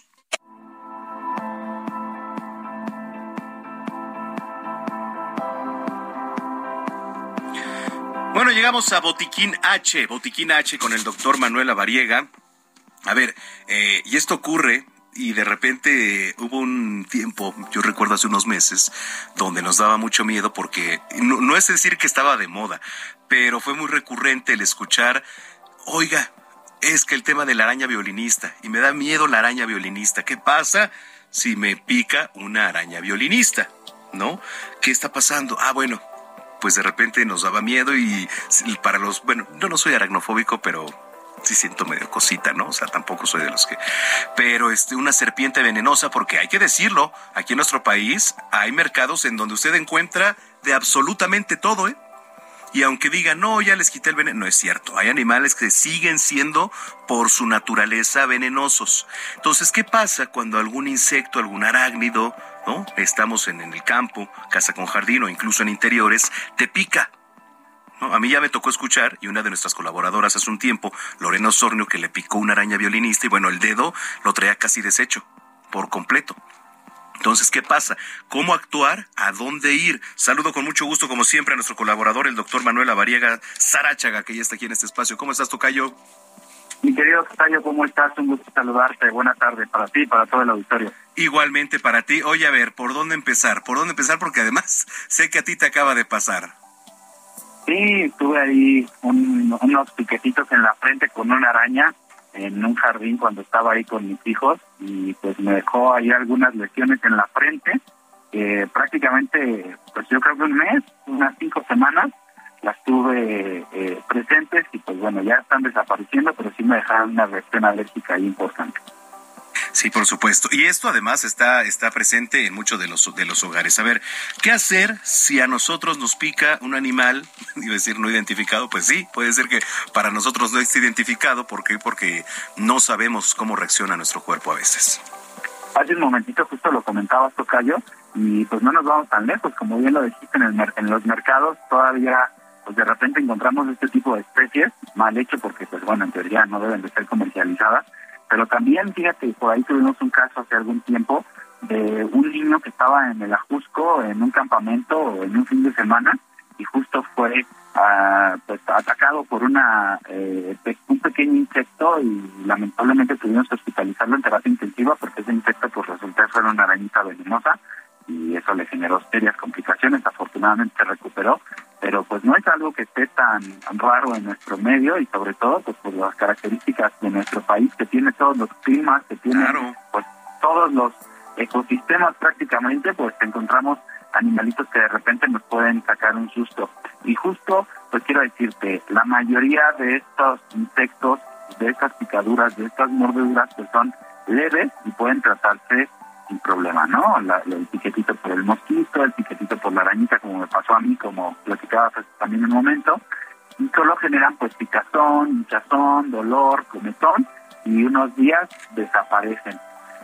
Bueno, llegamos a Botiquín H, Botiquín H con el doctor Manuel Lavariega. A ver, eh, y esto ocurre, y de repente eh, hubo un tiempo, yo recuerdo hace unos meses, donde nos daba mucho miedo porque, no, no es decir que estaba de moda, pero fue muy recurrente el escuchar, oiga, es que el tema de la araña violinista, y me da miedo la araña violinista. ¿Qué pasa si me pica una araña violinista? ¿No? ¿Qué está pasando? Ah, bueno, pues de repente nos daba miedo y para los, bueno, yo no soy aracnofóbico, pero sí siento medio cosita, ¿no? O sea, tampoco soy de los que... Pero este, una serpiente venenosa, porque hay que decirlo, aquí en nuestro país hay mercados en donde usted encuentra de absolutamente todo, ¿eh? Y aunque digan, no, ya les quité el veneno, no es cierto. Hay animales que siguen siendo, por su naturaleza, venenosos. Entonces, ¿qué pasa cuando algún insecto, algún arácnido, ¿no? Estamos en, en el campo, casa con jardín o incluso en interiores, te pica? ¿No? A mí ya me tocó escuchar, y una de nuestras colaboradoras hace un tiempo, Lorena Osornio, que le picó una araña violinista y bueno, el dedo lo traía casi deshecho, por completo. Entonces, ¿qué pasa? ¿Cómo actuar? ¿A dónde ir? Saludo con mucho gusto, como siempre, a nuestro colaborador, el doctor Manuel Lavariega Saráchaga, que ya está aquí en este espacio. ¿Cómo estás, tocayo? Mi querido tocayo, ¿cómo estás? Un gusto saludarte. Buenas tardes para ti y para todo el auditorio. Igualmente para ti. Oye, a ver, ¿por dónde empezar? ¿Por dónde empezar? Porque además sé que a ti te acaba de pasar. Sí, tuve ahí un, unos piquetitos en la frente con una araña en un jardín cuando estaba ahí con mis hijos y pues me dejó ahí algunas lesiones en la frente que prácticamente, pues yo creo que un mes, unas cinco semanas las tuve eh, presentes y pues bueno, ya están desapareciendo, pero sí me dejaron una reacción alérgica ahí importante. Sí, Sí, por supuesto. Y esto además está, está presente en muchos de los, de los hogares. A ver, ¿qué hacer si a nosotros nos pica un animal, iba a decir no identificado? Pues sí, puede ser que para nosotros no esté identificado. ¿Por qué? Porque no sabemos cómo reacciona nuestro cuerpo a veces. Hace un momentito justo lo comentabas, tocayo, y pues no nos vamos tan lejos. Como bien lo dijiste, en, el, en los mercados todavía pues de repente encontramos este tipo de especies, mal hecho porque pues bueno, en teoría no deben de ser comercializadas. Pero también, fíjate, por ahí tuvimos un caso hace algún tiempo de un niño que estaba en el Ajusco, en un campamento, en un fin de semana, y justo fue uh, pues, atacado por una eh, un pequeño insecto y lamentablemente tuvimos que hospitalizarlo en terapia intensiva porque ese insecto pues resultó ser una arañita venenosa y eso le generó serias complicaciones. Afortunadamente se recuperó, pero pues no es algo que esté tan raro en nuestro medio y sobre todo pues por las características de nuestro país, que tiene todos los climas, que tiene claro. pues todos los ecosistemas prácticamente, pues encontramos animalitos que de repente nos pueden sacar un susto. Y justo pues quiero decirte, la mayoría de estos insectos, de estas picaduras, de estas mordeduras pues son leves y pueden tratarse sin problema, ¿no? La, el piquetito por el mosquito, el piquetito por la arañita, como me pasó a mí, como platicaba también en un momento, y solo generan pues picazón, hinchazón, dolor, comezón, y unos días desaparecen.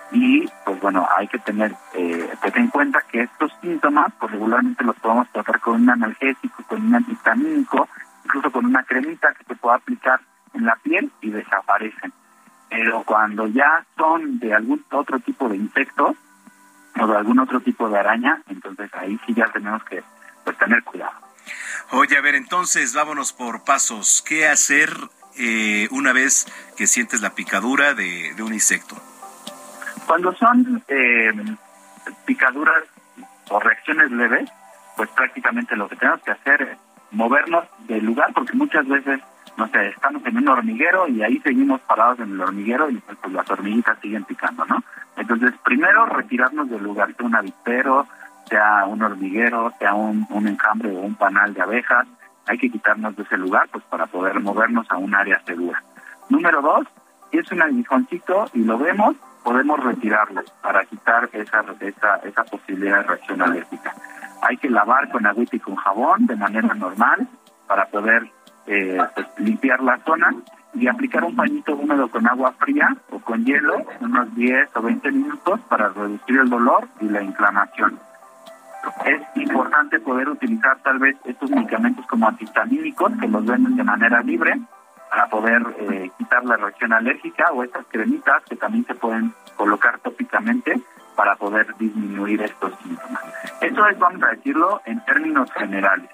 Y pues bueno, hay que tener eh, pues en cuenta que estos síntomas pues regularmente los podemos tratar con un analgésico, con un antihistamínico, incluso con una cremita que se puede aplicar en la piel y desaparecen. Pero cuando ya son de algún otro tipo de insectos o de algún otro tipo de araña, entonces ahí sí ya tenemos que pues, tener cuidado. Oye, a ver, entonces vámonos por pasos. ¿Qué hacer eh, una vez que sientes la picadura de, de un insecto? Cuando son eh, picaduras o reacciones leves, pues prácticamente lo que tenemos que hacer es movernos del lugar, porque muchas veces no sé, estamos en un hormiguero y ahí seguimos parados en el hormiguero y pues las hormiguitas siguen picando, ¿no? Entonces, primero retirarnos del lugar, sea un avispero, sea un hormiguero, sea un, un enjambre o un panal de abejas, hay que quitarnos de ese lugar pues para poder movernos a un área segura. Número dos, si es un aguijoncito y lo vemos, podemos retirarlo para quitar esa, esa, esa posibilidad de reacción alérgica. Hay que lavar con agüita y con jabón de manera normal para poder Eh, pues, limpiar la zona y aplicar un pañito húmedo con agua fría o con hielo unos diez o veinte minutos para reducir el dolor y la inflamación. Es importante poder utilizar tal vez estos medicamentos como antihistamínicos que los venden de manera libre para poder eh, quitar la reacción alérgica, o estas cremitas que también se pueden colocar tópicamente para poder disminuir estos síntomas. Eso es, vamos a decirlo, en términos generales.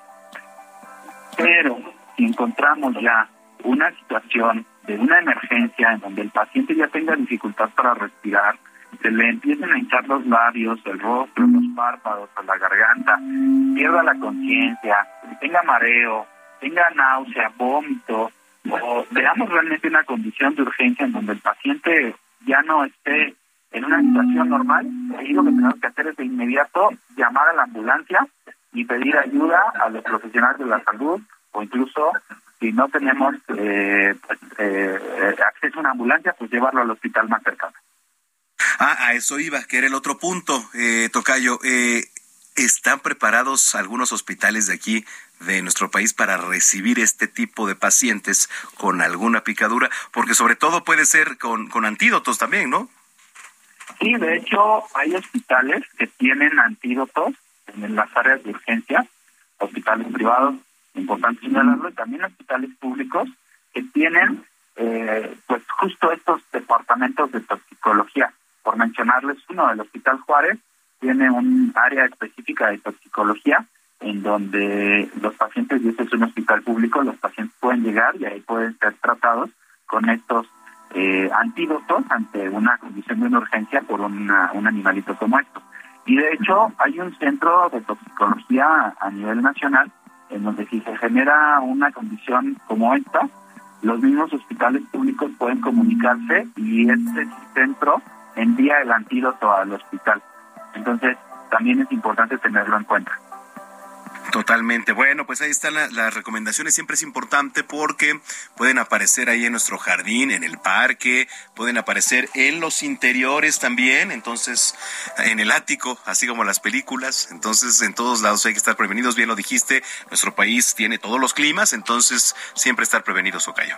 Pero si encontramos ya una situación de una emergencia en donde el paciente ya tenga dificultad para respirar, se le empiecen a hinchar los labios, el rostro, los párpados o la garganta, pierda la conciencia, tenga mareo, tenga náusea, vómito, o veamos realmente una condición de urgencia en donde el paciente ya no esté en una situación normal, ahí lo que tenemos que hacer es de inmediato llamar a la ambulancia y pedir ayuda a los profesionales de la salud, o incluso si no tenemos eh, pues, eh, acceso a una ambulancia, pues llevarlo al hospital más cercano. Ah, a eso iba, que era el otro punto, eh, Tocayo. Eh, ¿Están preparados algunos hospitales de aquí, de nuestro país, para recibir este tipo de pacientes con alguna picadura? Porque sobre todo puede ser con, con antídotos también, ¿no? Sí, de hecho hay hospitales que tienen antídotos en las áreas de urgencia, hospitales privados, importante señalarlo, y también hospitales públicos que tienen eh, pues justo estos departamentos de toxicología. Por mencionarles uno, el Hospital Juárez tiene un área específica de toxicología en donde los pacientes, y este es un hospital público, los pacientes pueden llegar y ahí pueden ser tratados con estos eh, antídotos ante una condición de una urgencia por una, un animalito como estos. Y de hecho hay un centro de toxicología a nivel nacional en donde si se genera una condición como esta, los mismos hospitales públicos pueden comunicarse y este centro envía el antídoto al hospital. Entonces, también es importante tenerlo en cuenta. Totalmente. Bueno, pues ahí están la, las recomendaciones. Siempre es importante porque pueden aparecer ahí en nuestro jardín, en el parque, pueden aparecer en los interiores también, entonces en el ático, así como las películas. Entonces en todos lados hay que estar prevenidos. Bien lo dijiste, nuestro país tiene todos los climas, entonces siempre estar prevenidos, Ocayo.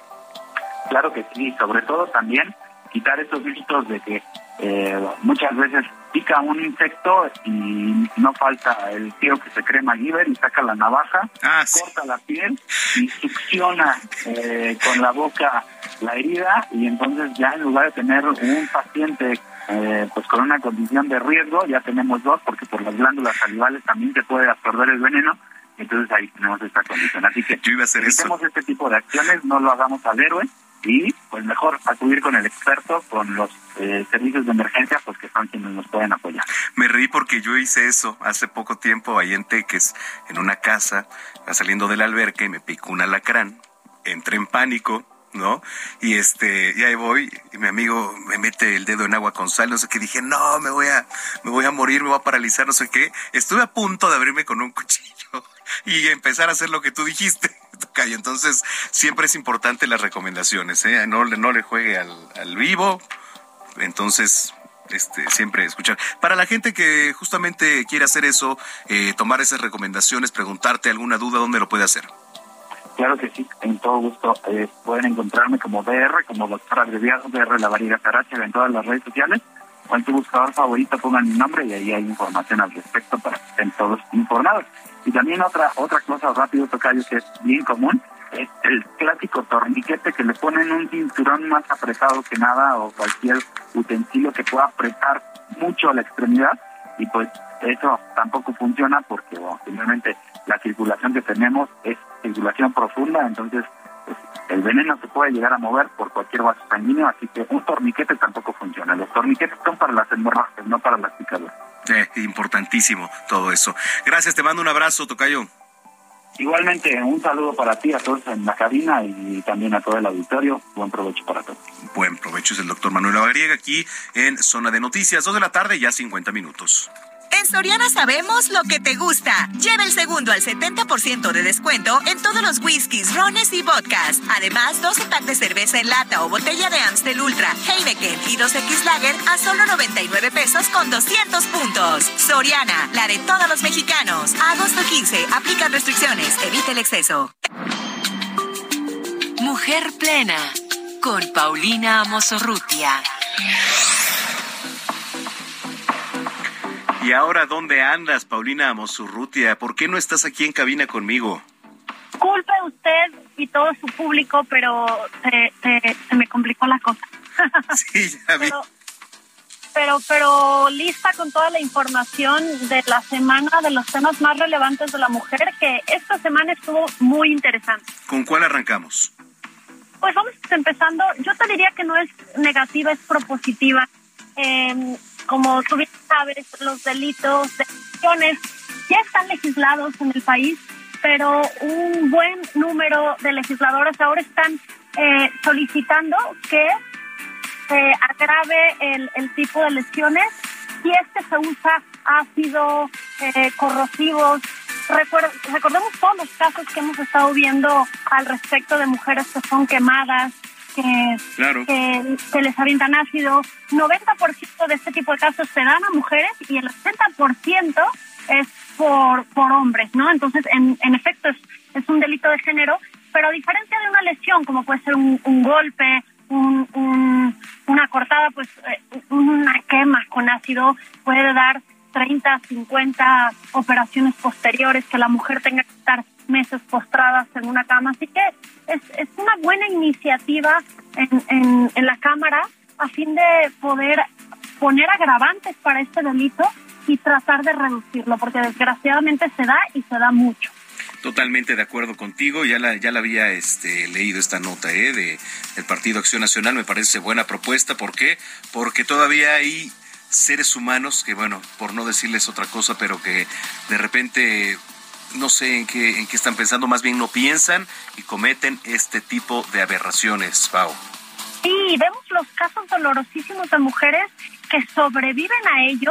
Claro que sí, sobre todo también quitar esos mitos de que eh, muchas veces pica un insecto y no falta el tío que se cree MacGyver y saca la navaja, ah, sí. corta la piel y succiona eh, con la boca la herida, y entonces ya en lugar de tener un paciente eh, pues con una condición de riesgo, ya tenemos dos, porque por las glándulas salivales también se puede absorber el veneno. Entonces ahí tenemos esta condición. Así que yo iba a hacer evitemos eso. este tipo de acciones, no lo hagamos al héroe, y pues mejor acudir con el experto, con los eh, servicios de emergencia, pues que son quienes nos pueden apoyar. Me reí porque yo hice eso hace poco tiempo ahí en Teques, en una casa, saliendo de la alberca, y me picó un alacrán, entré en pánico, ¿no? Y este, y ahí voy, y mi amigo me mete el dedo en agua con sal, no sé qué, dije, no, me voy a, me voy a morir, me voy a paralizar, no sé qué. Estuve a punto de abrirme con un cuchillo y empezar a hacer lo que tú dijiste, Tocayo. Entonces, siempre es importante las recomendaciones, ¿eh? No, no le juegue al, al vivo. Entonces, este, siempre escuchar. Para la gente que justamente quiere hacer eso, eh, tomar esas recomendaciones, preguntarte alguna duda, ¿dónde lo puede hacer? Claro que sí, en todo gusto. Eh, pueden encontrarme como D R, como doctor abreviado D R La Variedad Caracha en todas las redes sociales, o en tu buscador favorito pongan mi nombre y ahí hay información al respecto para que estén todos informados. Y también otra otra cosa rápido, Tocayo, que es bien común, es el clásico torniquete que le ponen un cinturón más apretado que nada, o cualquier utensilio que pueda apretar mucho a la extremidad, y pues eso tampoco funciona porque, bueno, finalmente la circulación que tenemos es circulación profunda, entonces pues, el veneno se puede llegar a mover por cualquier vaso sanguíneo, así que un torniquete tampoco funciona. Los torniquetes son para las hemorragias, no para las picaduras. Eh, importantísimo todo eso. Gracias, te mando un abrazo, Tocayo. Igualmente, un saludo para ti, a todos en la cabina y también a todo el auditorio. Buen provecho para todos. Buen provecho, es el doctor Manuel Lavariega aquí en Zona de Noticias, dos de la tarde, ya cincuenta minutos. En Soriana sabemos lo que te gusta. Lleva el segundo al setenta por ciento de descuento en todos los whiskies, rones y vodkas. Además, doce packs de cerveza en lata o botella de Amstel Ultra, Heineken y dos X Lager a solo noventa y nueve pesos con doscientos puntos. Soriana, la de todos los mexicanos. A agosto quince, aplican restricciones, evita el exceso. Mujer Plena, con Paulina Amosorrutia. ¿Y ahora dónde andas, Paulina Amosurrutia? ¿Por qué no estás aquí en cabina conmigo? Culpe usted y todo su público, pero se, se, se me complicó la cosa. Sí, ya vi. Pero, pero, pero lista con toda la información de la semana, de los temas más relevantes de la mujer, que esta semana estuvo muy interesante. ¿Con cuál arrancamos? Pues vamos empezando. Yo te diría que no es negativa, es propositiva. Eh, Como tú bien sabes, los delitos de lesiones ya están legislados en el país, pero un buen número de legisladores ahora están eh, solicitando que se agrave el, el tipo de lesiones si es que se usa ácido, eh, corrosivos. Recuerda, recordemos todos los casos que hemos estado viendo al respecto de mujeres que son quemadas, Que, claro. que, que les avientan ácido. noventa por ciento de este tipo de casos se dan a mujeres y el ochenta por ciento es por por hombres, ¿no? Entonces, en, en efecto, es, es un delito de género, pero a diferencia de una lesión, como puede ser un, un golpe, un, un, una cortada, pues eh, una quema con ácido puede dar treinta, cincuenta operaciones posteriores, que la mujer tenga que estar meses postradas en una cama. Así que es, es una buena iniciativa en, en, en la Cámara a fin de poder poner agravantes para este delito y tratar de reducirlo, porque desgraciadamente se da y se da mucho. Totalmente de acuerdo contigo, ya la ya la había este leído esta nota eh de del Partido Acción Nacional, me parece buena propuesta. ¿Por qué? Porque todavía hay seres humanos que, bueno, por no decirles otra cosa, pero que de repente no sé en qué en qué están pensando, más bien no piensan y cometen este tipo de aberraciones, Pau. Sí, vemos los casos dolorosísimos de mujeres que sobreviven a ello,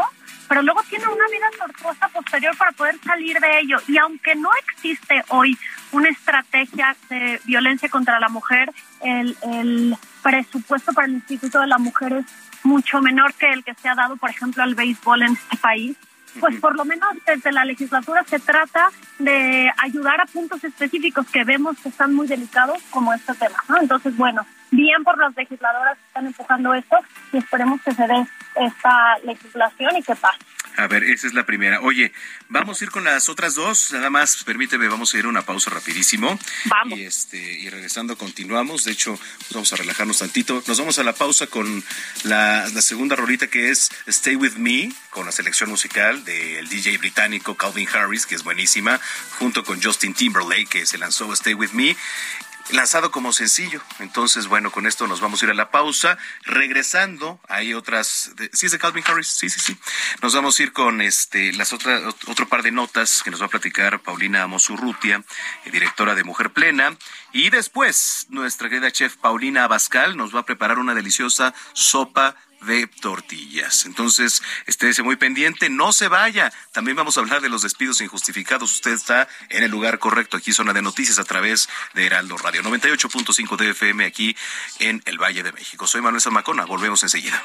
pero luego tienen una vida tortuosa posterior para poder salir de ello. Y aunque no existe hoy una estrategia de violencia contra la mujer, el, el presupuesto para el Instituto de la Mujer es mucho menor que el que se ha dado, por ejemplo, al béisbol en este país. Pues por lo menos desde la legislatura se trata de ayudar a puntos específicos que vemos que están muy delicados, como este tema, ¿no? Entonces, bueno, bien por las legisladoras que están empujando esto y esperemos que se dé esta legislación y que pase. A ver, esa es la primera. Oye, vamos a ir con las otras dos. Nada más, permíteme, vamos a ir a una pausa rapidísimo. Vamos. Y, este, y regresando continuamos. De hecho, pues vamos a relajarnos tantito. Nos vamos a la pausa con la, la segunda rolita, que es Stay With Me, con la selección musical del D J británico Calvin Harris, que es buenísima, junto con Justin Timberlake, que se lanzó Stay With Me, lanzado como sencillo. Entonces, bueno, con esto nos vamos a ir a la pausa. Regresando, hay otras... De, ¿sí es de Calvin Harris? Sí, sí, sí. Nos vamos a ir con este las otras otro par de notas que nos va a platicar Paulina Amos Urrutia, directora de Mujer Plena. Y después, nuestra querida chef Paulina Abascal nos va a preparar una deliciosa sopa de tortillas. Entonces, estése muy pendiente, no se vaya. También vamos a hablar de los despidos injustificados. Usted está en el lugar correcto. Aquí Zona de Noticias a través de Heraldo Radio noventa y ocho punto cinco de F M aquí en el Valle de México. Soy Manuel Zamacona. Volvemos enseguida.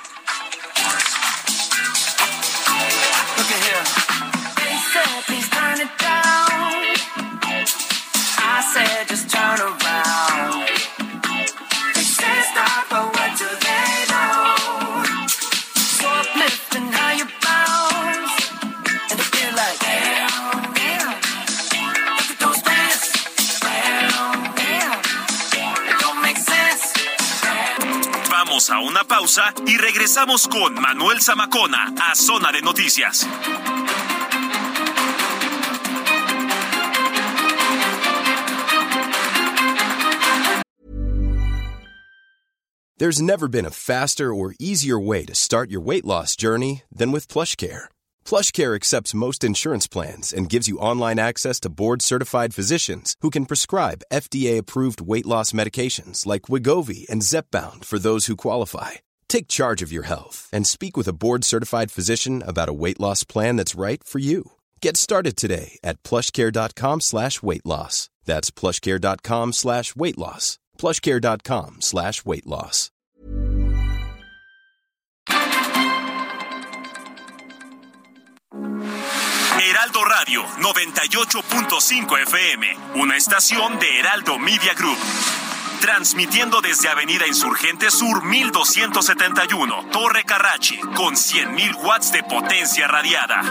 Vamos a una pausa y regresamos con Manuel Zamacona a Zona de Noticias. There's never been a faster or easier way to start your weight loss journey than with PlushCare. PlushCare accepts most insurance plans and gives you online access to board-certified physicians who can prescribe F D A-approved weight loss medications like Wegovy and Zepbound for those who qualify. Take charge of your health and speak with a board-certified physician about a weight loss plan that's right for you. Get started today at plushcare.com slash weight loss. That's plushcare.com slash weight loss. plushcare.com slash weight loss. Heraldo Radio noventa y ocho punto cinco F M, una estación de Heraldo Media Group. Transmitiendo desde Avenida Insurgente Sur mil doscientos setenta y uno, Torre Carrachi, con cien mil watts de potencia radiada.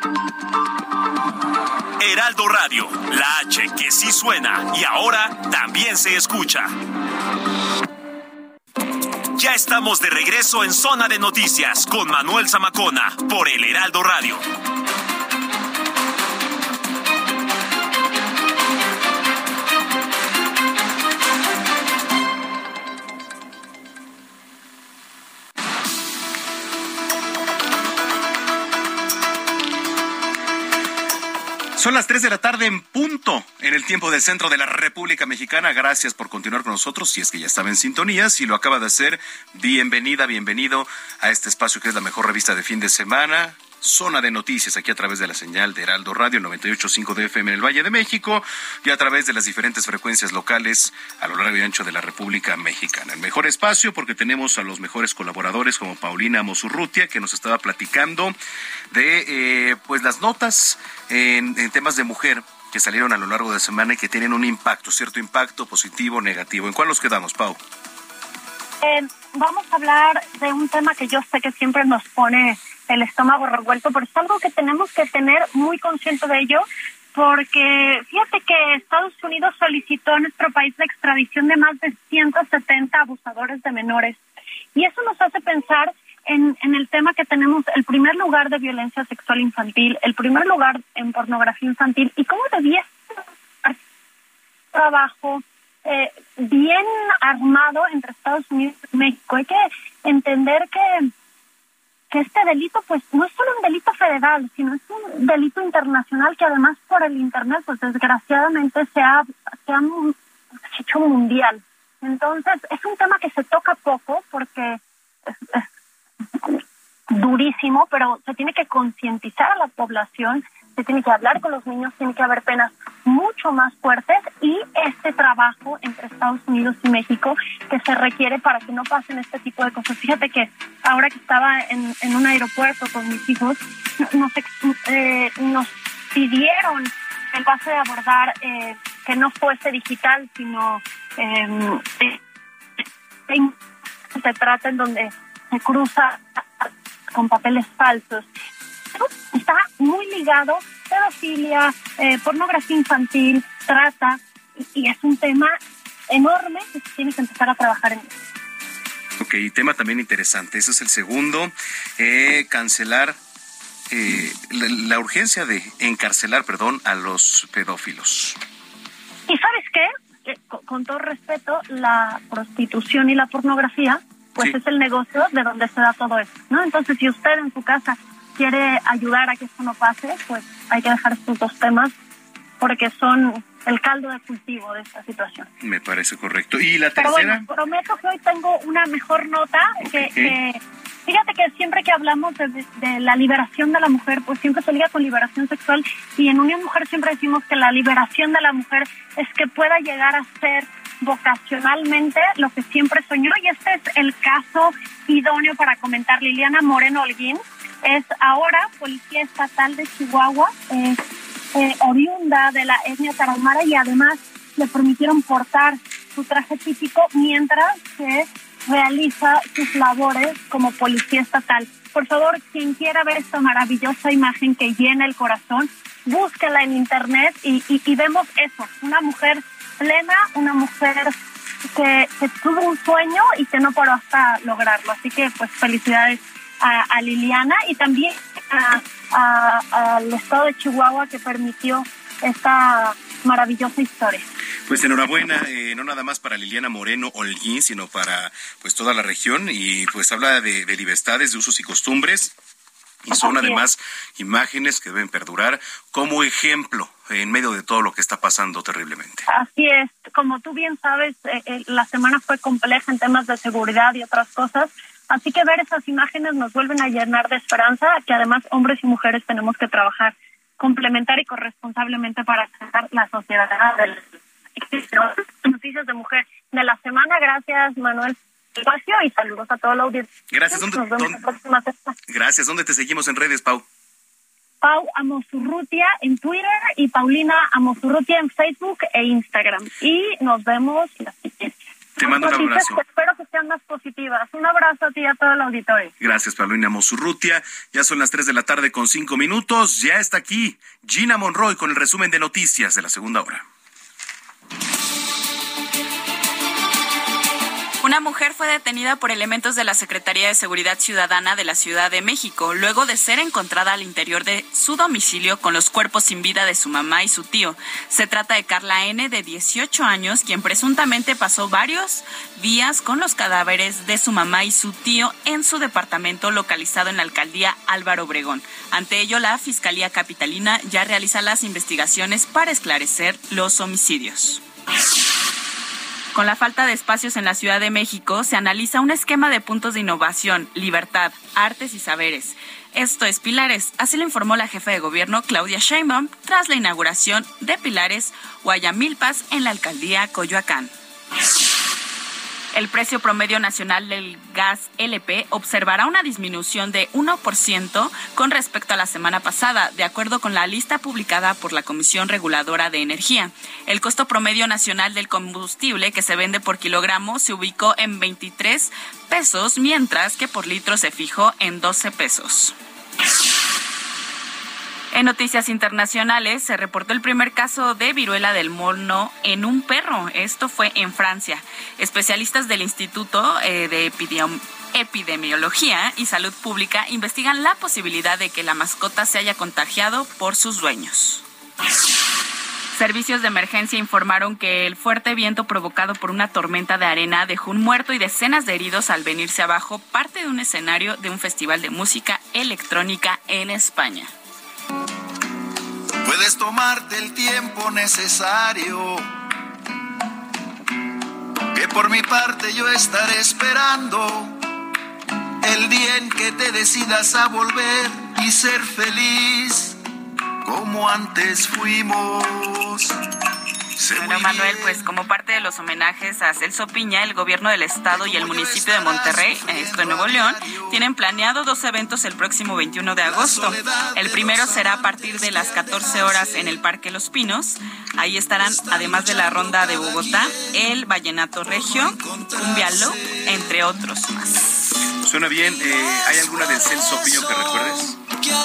Heraldo Radio, la H que sí suena y ahora también se escucha. Ya estamos de regreso en Zona de Noticias con Manuel Zamacona por el Heraldo Radio. Son las tres de la tarde en punto en el tiempo del centro de la República Mexicana. Gracias por continuar con nosotros. Si es que ya estaba en sintonía, si lo acaba de hacer, bienvenida, bienvenido a este espacio que es la mejor revista de fin de semana. Zona de Noticias, aquí a través de la señal de Heraldo Radio noventa y ocho punto cinco de F M en el Valle de México y a través de las diferentes frecuencias locales a lo largo y ancho de la República Mexicana. El mejor espacio porque tenemos a los mejores colaboradores como Paulina Amos Urrutia, que nos estaba platicando de eh, pues las notas en, en temas de mujer que salieron a lo largo de la semana y que tienen un impacto, cierto impacto positivo o negativo. ¿En cuál nos quedamos, Pau? Eh, vamos a hablar de un tema que yo sé que siempre nos pone el estómago revuelto, pero es algo que tenemos que tener muy consciente de ello, porque fíjate que Estados Unidos solicitó a nuestro país la extradición de más de ciento setenta abusadores de menores. Y eso nos hace pensar en, en el tema que tenemos, el primer lugar de violencia sexual infantil, el primer lugar en pornografía infantil, y cómo debía ser un trabajo eh, bien armado entre Estados Unidos y México. Hay que entender que que este delito pues no es solo un delito federal, sino es un delito internacional que además por el internet pues desgraciadamente se ha, se ha hecho mundial. Entonces es un tema que se toca poco porque es, es, durísimo, pero se tiene que concientizar a la población, se tiene que hablar con los niños, tiene que haber penas mucho más fuertes y este trabajo entre Estados Unidos y México que se requiere para que no pasen este tipo de cosas. Fíjate que ahora que estaba en, en un aeropuerto con mis hijos, nos, eh, nos pidieron el pase de abordar eh, que no fuese digital, sino eh, eh, se trata en donde se cruza con papeles falsos. Está muy ligado pedofilia, eh, pornografía infantil, trata, y, y es un tema enorme que se tiene que empezar a trabajar en eso. Ok, tema también interesante. Ese es el segundo. Eh, cancelar eh, la, la urgencia de encarcelar, perdón, a los pedófilos. ¿Y sabes qué? Eh, con, con todo respeto, la prostitución y la pornografía, pues sí, es el negocio de donde se da todo eso, ¿no? Entonces, si usted en su casa quiere ayudar a que esto no pase, pues hay que dejar estos dos temas porque son el caldo de cultivo de esta situación. Me parece correcto. ¿Y la tercera? Pero bueno, prometo que hoy tengo una mejor nota. Okay. que, que Fíjate que siempre que hablamos de, de la liberación de la mujer, pues siempre se liga con liberación sexual, y en Unión Mujer siempre decimos que la liberación de la mujer es que pueda llegar a ser vocacionalmente lo que siempre soñó, y este es el caso idóneo para comentar. Liliana Moreno Holguín es ahora policía estatal de Chihuahua, es eh, oriunda de la etnia tarahumara, y además le permitieron portar su traje típico mientras que realiza sus labores como policía estatal. Por favor, quien quiera ver esta maravillosa imagen que llena el corazón, búsquela en internet y, y, y vemos eso, una mujer plena, una mujer que, que tuvo un sueño y que no paró hasta lograrlo. Así que pues felicidades a, a Liliana y también al estado de Chihuahua que permitió esta maravillosa historia. Pues enhorabuena, eh, no nada más para Liliana Moreno Holguín, sino para pues toda la región, y pues habla de, de libertades, de usos y costumbres, y son además imágenes que deben perdurar como ejemplo en medio de todo lo que está pasando terriblemente. Así es, como tú bien sabes, eh, eh, la semana fue compleja en temas de seguridad y otras cosas, así que ver esas imágenes nos vuelven a llenar de esperanza, que además hombres y mujeres tenemos que trabajar complementar y corresponsablemente para sacar la sociedad del noticias de mujer de la semana. Gracias, Manuel, y saludos a todo el audiencia. Gracias. ¿Dónde, Nos vemos ¿dónde, la próxima semana. Gracias. ¿Dónde te seguimos en redes, Pau? Pau Amosurrutia en Twitter y Paulina Amosurrutia en Facebook e Instagram. Y nos vemos la siguiente. Te mando un abrazo. Que espero que sean más positivas. Un abrazo a ti y a todo el auditorio. Gracias, Paulina Amosurrutia. Ya son las tres de la tarde con cinco minutos. Ya está aquí Gina Monroy con el resumen de noticias de la segunda hora. Una mujer fue detenida por elementos de la Secretaría de Seguridad Ciudadana de la Ciudad de México, luego de ser encontrada al interior de su domicilio con los cuerpos sin vida de su mamá y su tío. Se trata de Carla N., de dieciocho años, quien presuntamente pasó varios días con los cadáveres de su mamá y su tío en su departamento localizado en la alcaldía Álvaro Obregón. Ante ello, la Fiscalía Capitalina ya realiza las investigaciones para esclarecer los homicidios. Con la falta de espacios en la Ciudad de México, se analiza un esquema de puntos de innovación, libertad, artes y saberes. Esto es Pilares, así lo informó la jefa de gobierno Claudia Sheinbaum tras la inauguración de Pilares Guayamilpas en la alcaldía Coyoacán. El precio promedio nacional del gas L P observará una disminución de uno por ciento con respecto a la semana pasada, de acuerdo con la lista publicada por la Comisión Reguladora de Energía. El costo promedio nacional del combustible que se vende por kilogramo se ubicó en veintitrés pesos, mientras que por litro se fijó en doce pesos. En noticias internacionales, se reportó el primer caso de viruela del mono en un perro. Esto fue en Francia. Especialistas del Instituto eh, de Epidemi- Epidemiología y Salud Pública investigan la posibilidad de que la mascota se haya contagiado por sus dueños. Servicios de emergencia informaron que el fuerte viento provocado por una tormenta de arena dejó un muerto y decenas de heridos al venirse abajo parte de un escenario de un festival de música electrónica en España. Puedes tomarte el tiempo necesario, que por mi parte yo estaré esperando el día en que te decidas a volver y ser feliz como antes fuimos. Bueno, Manuel, pues como parte de los homenajes a Celso Piña, el gobierno del estado y el municipio de Monterrey, esto en Nuevo León, tienen planeado dos eventos el próximo veintiuno de agosto. El primero será a partir de las catorce horas en el Parque Los Pinos. Ahí estarán, además de la Ronda de Bogotá, el Vallenato Regio, Cumbia Loop, entre otros más. Suena bien. Eh, ¿Hay alguna de Celso Piña que recuerdes?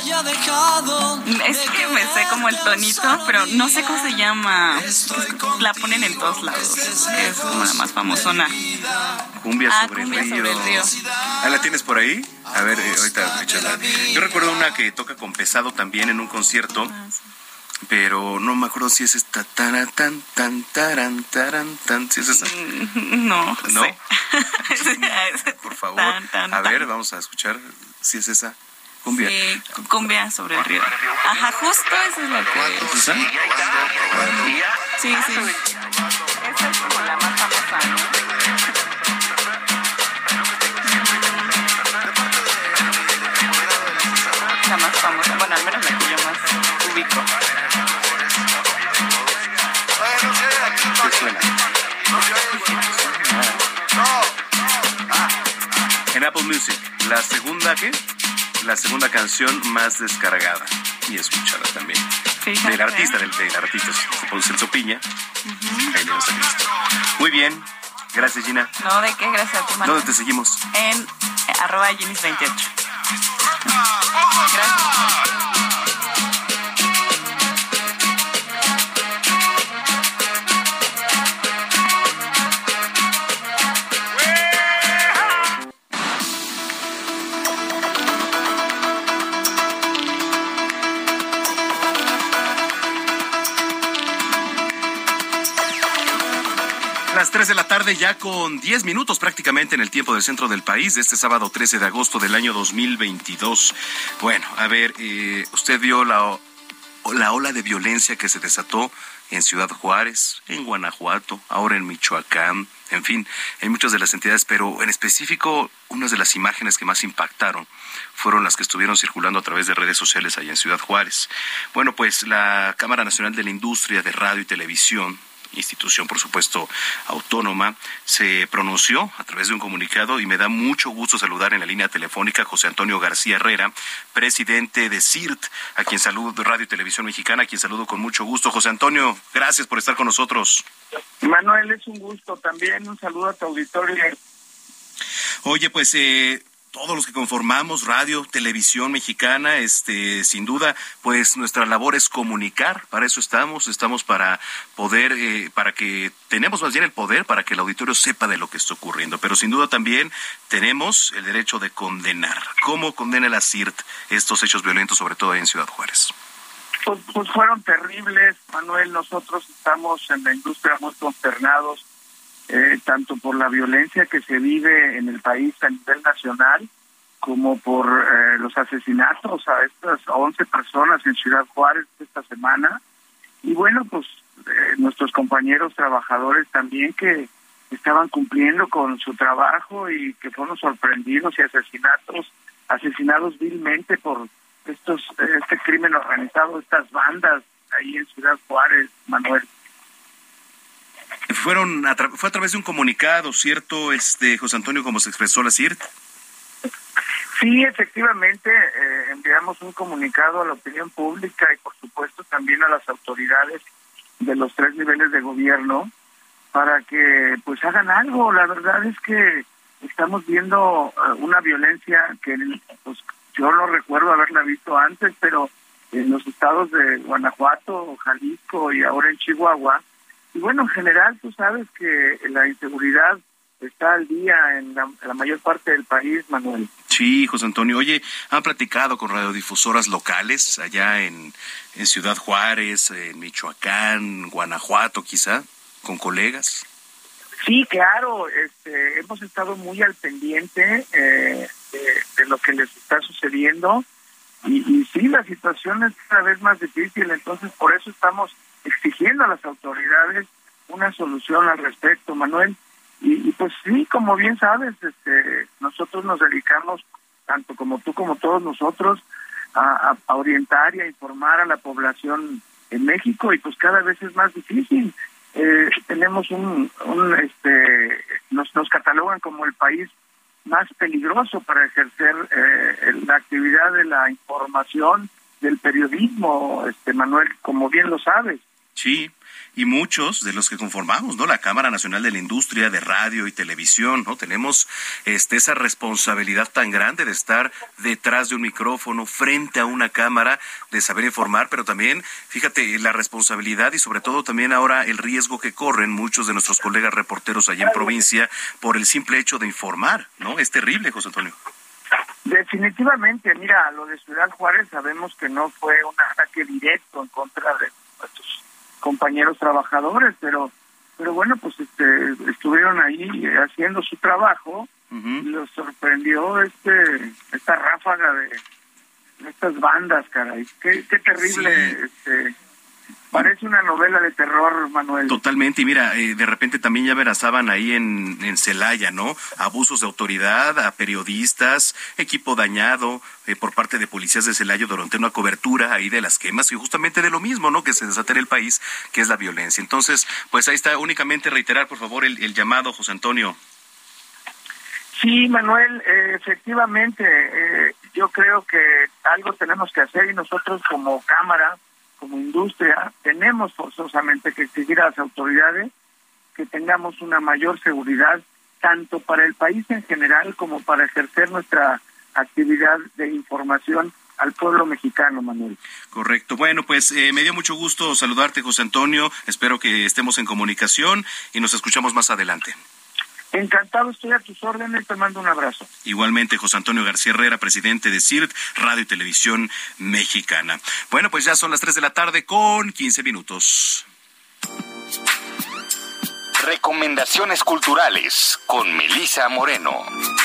Es que me sé como el tonito, pero no sé cómo se llama. La ponen en todos lados. Es como la más famosona. Cumbia ah, sobre, cumbia el río. sobre el río. ¿Ah, la tienes por ahí? A ver, eh, ahorita échala. Yo recuerdo una que toca con Pesado también en un concierto. Ah, sí. Pero no me acuerdo si es esta tan tan tan taran taran tan si es esa. No, no. Sé. Por favor. Tan, tan, a ver, tan. vamos a escuchar si es esa. Cumbia. Sí, cumbia sobre el río. Ajá, justo esa es la que... ¿Es esa? Sí, sí. Esa es como la más famosa, ¿no? La más famosa, bueno, al menos la que yo más ubico. ¿Qué suena? En Apple Music, la segunda, ¿qué? La segunda canción más descargada y escuchada también. Fíjate. Del artista, del, del artista, Celso Piña. Uh-huh. Ahí le vas a Cristo. Muy bien. Gracias, Gina. No, ¿de qué? Gracias a ti, Manuel. ¿Dónde te seguimos? En eh, arroba Ginis veintiocho. Gracias. Las tres de la tarde, ya con diez minutos prácticamente en el tiempo del centro del país, de este sábado trece de agosto del año dos mil veintidós. Bueno, a ver, eh, usted vio la, la ola de violencia que se desató en Ciudad Juárez, en Guanajuato, ahora en Michoacán, en fin, en muchas de las entidades, pero en específico, unas de las imágenes que más impactaron fueron las que estuvieron circulando a través de redes sociales allá en Ciudad Juárez. Bueno, pues la Cámara Nacional de la Industria de Radio y Televisión, institución, por supuesto, autónoma, se pronunció a través de un comunicado y me da mucho gusto saludar en la línea telefónica a José Antonio García Herrera, presidente de C I R T, a quien saludo, Radio y Televisión Mexicana, a quien saludo con mucho gusto. José Antonio, gracias por estar con nosotros. Manuel, es un gusto también, un saludo a tu auditorio. Oye, pues eh, todos los que conformamos Radio, Televisión Mexicana, este, sin duda, pues nuestra labor es comunicar, para eso estamos, estamos para poder, eh, para que, tenemos más bien el poder para que el auditorio sepa de lo que está ocurriendo, pero sin duda también tenemos el derecho de condenar. ¿Cómo condena la C I R T estos hechos violentos, sobre todo en Ciudad Juárez? Pues, pues fueron terribles, Manuel, nosotros estamos en la industria muy consternados, Eh, tanto por la violencia que se vive en el país a nivel nacional, como por eh, los asesinatos a estas once personas en Ciudad Juárez esta semana. Y bueno, pues eh, nuestros compañeros trabajadores también que estaban cumpliendo con su trabajo y que fueron sorprendidos y asesinados, asesinados vilmente por estos este crimen organizado, estas bandas ahí en Ciudad Juárez, Manuel. Fueron a tra- fue a través de un comunicado, ¿cierto, este José Antonio, como se expresó la C I R T? Sí, efectivamente, eh, enviamos un comunicado a la opinión pública y por supuesto también a las autoridades de los tres niveles de gobierno para que pues hagan algo. La verdad es que estamos viendo uh, una violencia que pues yo no recuerdo haberla visto antes, pero en los estados de Guanajuato, Jalisco y ahora en Chihuahua. Y bueno, en general tú sabes que la inseguridad está al día en la, en la mayor parte del país, Manuel. Sí, José Antonio. Oye, ¿han platicado con radiodifusoras locales allá en, en Ciudad Juárez, en Michoacán, Guanajuato quizá, con colegas? Sí, claro, este, hemos estado muy al pendiente eh, de, de lo que les está sucediendo y, y sí, la situación es cada vez más difícil, entonces por eso estamos exigiendo a las autoridades una solución al respecto, Manuel. Y, y pues sí, como bien sabes, este, nosotros nos dedicamos como tú, como todos nosotros, a, a orientar y a informar a la población en México, y pues cada vez es más difícil. Eh, tenemos un, un este, nos, nos catalogan como el país más peligroso para ejercer eh, la actividad de la información, del periodismo, este Manuel, como bien lo sabes. Sí, y muchos de los que conformamos, ¿no?, la Cámara Nacional de la Industria de Radio y Televisión, ¿no?, tenemos este esa responsabilidad tan grande de estar detrás de un micrófono, frente a una cámara, de saber informar, pero también, fíjate, la responsabilidad y sobre todo también ahora el riesgo que corren muchos de nuestros colegas reporteros allá en provincia por el simple hecho de informar, ¿no? Es terrible, José Antonio. Definitivamente, mira, lo de Ciudad Juárez sabemos que no fue un ataque directo en contra de nuestros compañeros trabajadores, pero pero bueno, pues este estuvieron ahí haciendo su trabajo. Uh-huh. Y los sorprendió este esta ráfaga de, de estas bandas, caray. Qué, qué terrible, sí. este Parece una novela de terror, Manuel. Totalmente, y mira, eh, de repente también ya amenazaban ahí en, en Celaya, ¿no? Abusos de autoridad a periodistas, equipo dañado eh, por parte de policías de Celaya durante una cobertura ahí de las quemas, y justamente de lo mismo, ¿no?, que se desata en el país, que es la violencia. Entonces, pues ahí está, únicamente reiterar, por favor, el, el llamado, José Antonio. Sí, Manuel, eh, efectivamente, eh, yo creo que algo tenemos que hacer, y nosotros como Cámara, como industria, tenemos forzosamente que exigir a las autoridades que tengamos una mayor seguridad, tanto para el país en general como para ejercer nuestra actividad de información al pueblo mexicano, Manuel. Correcto. Bueno, pues eh, me dio mucho gusto saludarte, José Antonio. Espero que estemos en comunicación y nos escuchamos más adelante. Encantado, estoy a tus órdenes, te mando un abrazo. Igualmente, José Antonio García Herrera, presidente de C I R T, Radio y Televisión Mexicana. Bueno, pues ya son las tres de la tarde con quince minutos. Recomendaciones culturales con Melissa Moreno.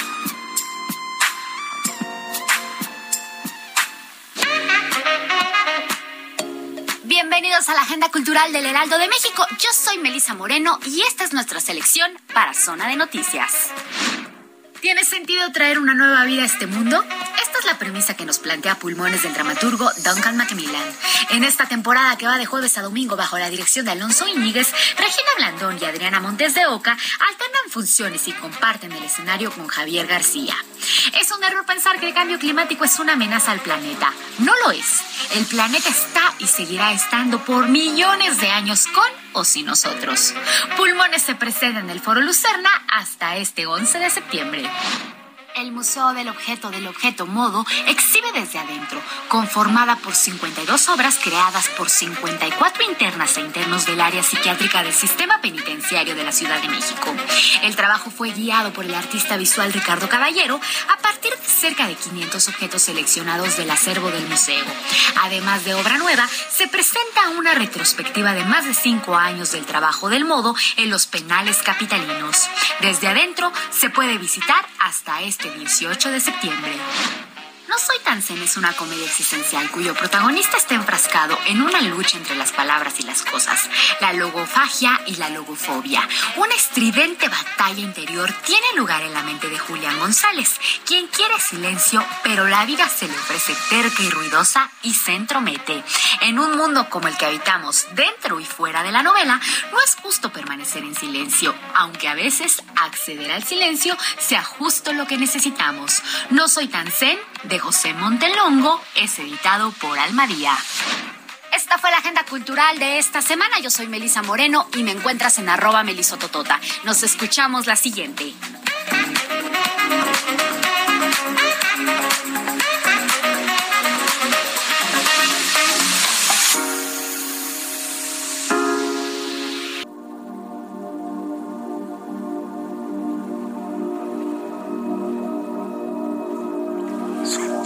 Bienvenidos a la Agenda Cultural del Heraldo de México. Yo soy Melissa Moreno y esta es nuestra selección para Zona de Noticias. ¿Tiene sentido traer una nueva vida a este mundo? Esta es la premisa que nos plantea Pulmones del dramaturgo Duncan Macmillan. En esta temporada que va de jueves a domingo bajo la dirección de Alonso Íñiguez, Regina Blandón y Adriana Montes de Oca alternan funciones y comparten el escenario con Javier García. Es un error pensar que el cambio climático es una amenaza al planeta. No lo es. El planeta está y seguirá estando por millones de años con o sin nosotros. Pulmones se presenta en el Foro Lucerna hasta este once de septiembre. El Museo del Objeto del Objeto Modo exhibe desde adentro, conformada por cincuenta y dos obras creadas por cincuenta y cuatro internas e internos del área psiquiátrica del Sistema Penitenciario de la Ciudad de México. El trabajo fue guiado por el artista visual Ricardo Caballero a partir de cerca de quinientos objetos seleccionados del acervo del museo. Además de obra nueva, se presenta una retrospectiva de más de cinco años del trabajo del Modo en los penales capitalinos. Desde adentro se puede visitar hasta este dieciocho de septiembre. No soy tan zen es una comedia existencial cuyo protagonista está enfrascado en una lucha entre las palabras y las cosas, la logofagia y la logofobia. Una estridente batalla interior tiene lugar en la mente de Julián González, quien quiere silencio, pero la vida se le ofrece terca y ruidosa y se entromete. En un mundo como el que habitamos, dentro y fuera de la novela, no es justo permanecer en silencio, aunque a veces acceder al silencio sea justo lo que necesitamos. No soy tan zen de José Montelongo es editado por Almadía. Esta fue la agenda cultural de esta semana. Yo soy Melissa Moreno y me encuentras en arroba melisototota. Nos escuchamos la siguiente.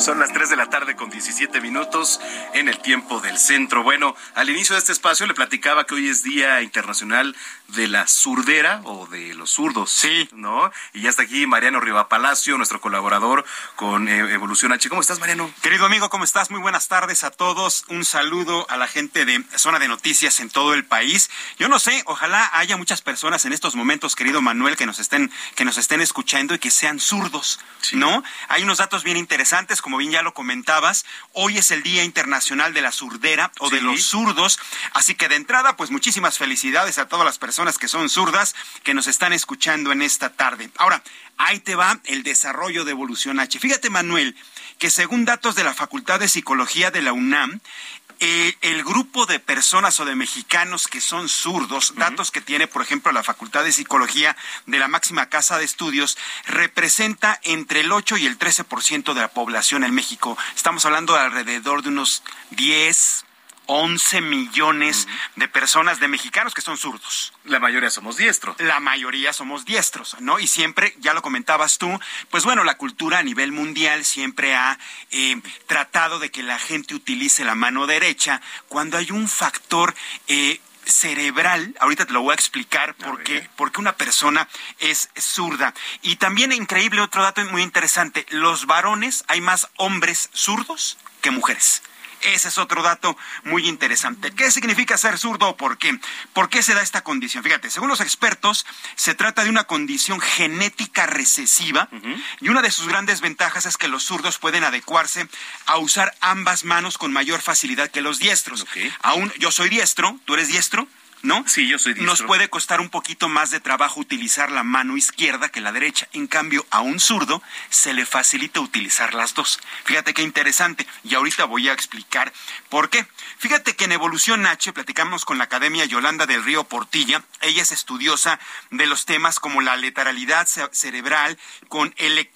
Son las tres de la tarde con diecisiete minutos en el tiempo del centro. Bueno, al inicio de este espacio le platicaba que hoy es Día Internacional de la Surdera o de los Zurdos. Sí. ¿No? Y ya está aquí Mariano Rivapalacio, nuestro colaborador con eh, Evolución H. ¿Cómo estás, Mariano? Querido amigo, ¿cómo estás? Muy buenas tardes a todos. Un saludo a la gente de Zona de Noticias en todo el país. Yo no sé, ojalá haya muchas personas en estos momentos, querido Manuel, que nos estén, que nos estén escuchando y que sean zurdos, sí. ¿No? Hay unos datos bien interesantes, como bien ya lo comentabas. Hoy es el Día Internacional de la Surdera o sí. de los zurdos. Así que de entrada, pues muchísimas felicidades a todas las personas que son zurdas que nos están escuchando en esta tarde. Ahora, ahí te va el desarrollo de Evolución H. Fíjate, Manuel, que según datos de la Facultad de Psicología de la UNAM, Eh, el grupo de personas o de mexicanos que son zurdos, uh-huh. datos que tiene, por ejemplo, la Facultad de Psicología de la máxima casa de estudios, representa entre el ocho y el trece por ciento de la población en México. Estamos hablando de alrededor de unos diez, once millones uh-huh. de personas, de mexicanos que son zurdos. La mayoría somos diestros. La mayoría somos diestros, ¿no? Y siempre, ya lo comentabas tú, pues bueno, la cultura a nivel mundial siempre ha eh, tratado de que la gente utilice la mano derecha cuando hay un factor eh, cerebral. Ahorita te lo voy a explicar por qué, porque una persona es zurda. Y también, increíble, otro dato muy interesante, los varones, hay más hombres zurdos que mujeres. Ese es otro dato muy interesante. ¿Qué significa ser zurdo? ¿Por qué? ¿Por qué se da esta condición? Fíjate, según los expertos, se trata de una condición genética recesiva uh-huh. y una de sus grandes ventajas es que los zurdos pueden adecuarse a usar ambas manos con mayor facilidad que los diestros. Okay. Aún yo soy diestro, ¿tú eres diestro? ¿No? Sí, yo soy diestro. Nos puede costar un poquito más de trabajo utilizar la mano izquierda que la derecha. En cambio, a un zurdo se le facilita utilizar las dos. Fíjate qué interesante. Y ahorita voy a explicar por qué. Fíjate que en Evolución H platicamos con la academia Yolanda del Río Portilla. Ella es estudiosa de los temas como la lateralidad cerebral con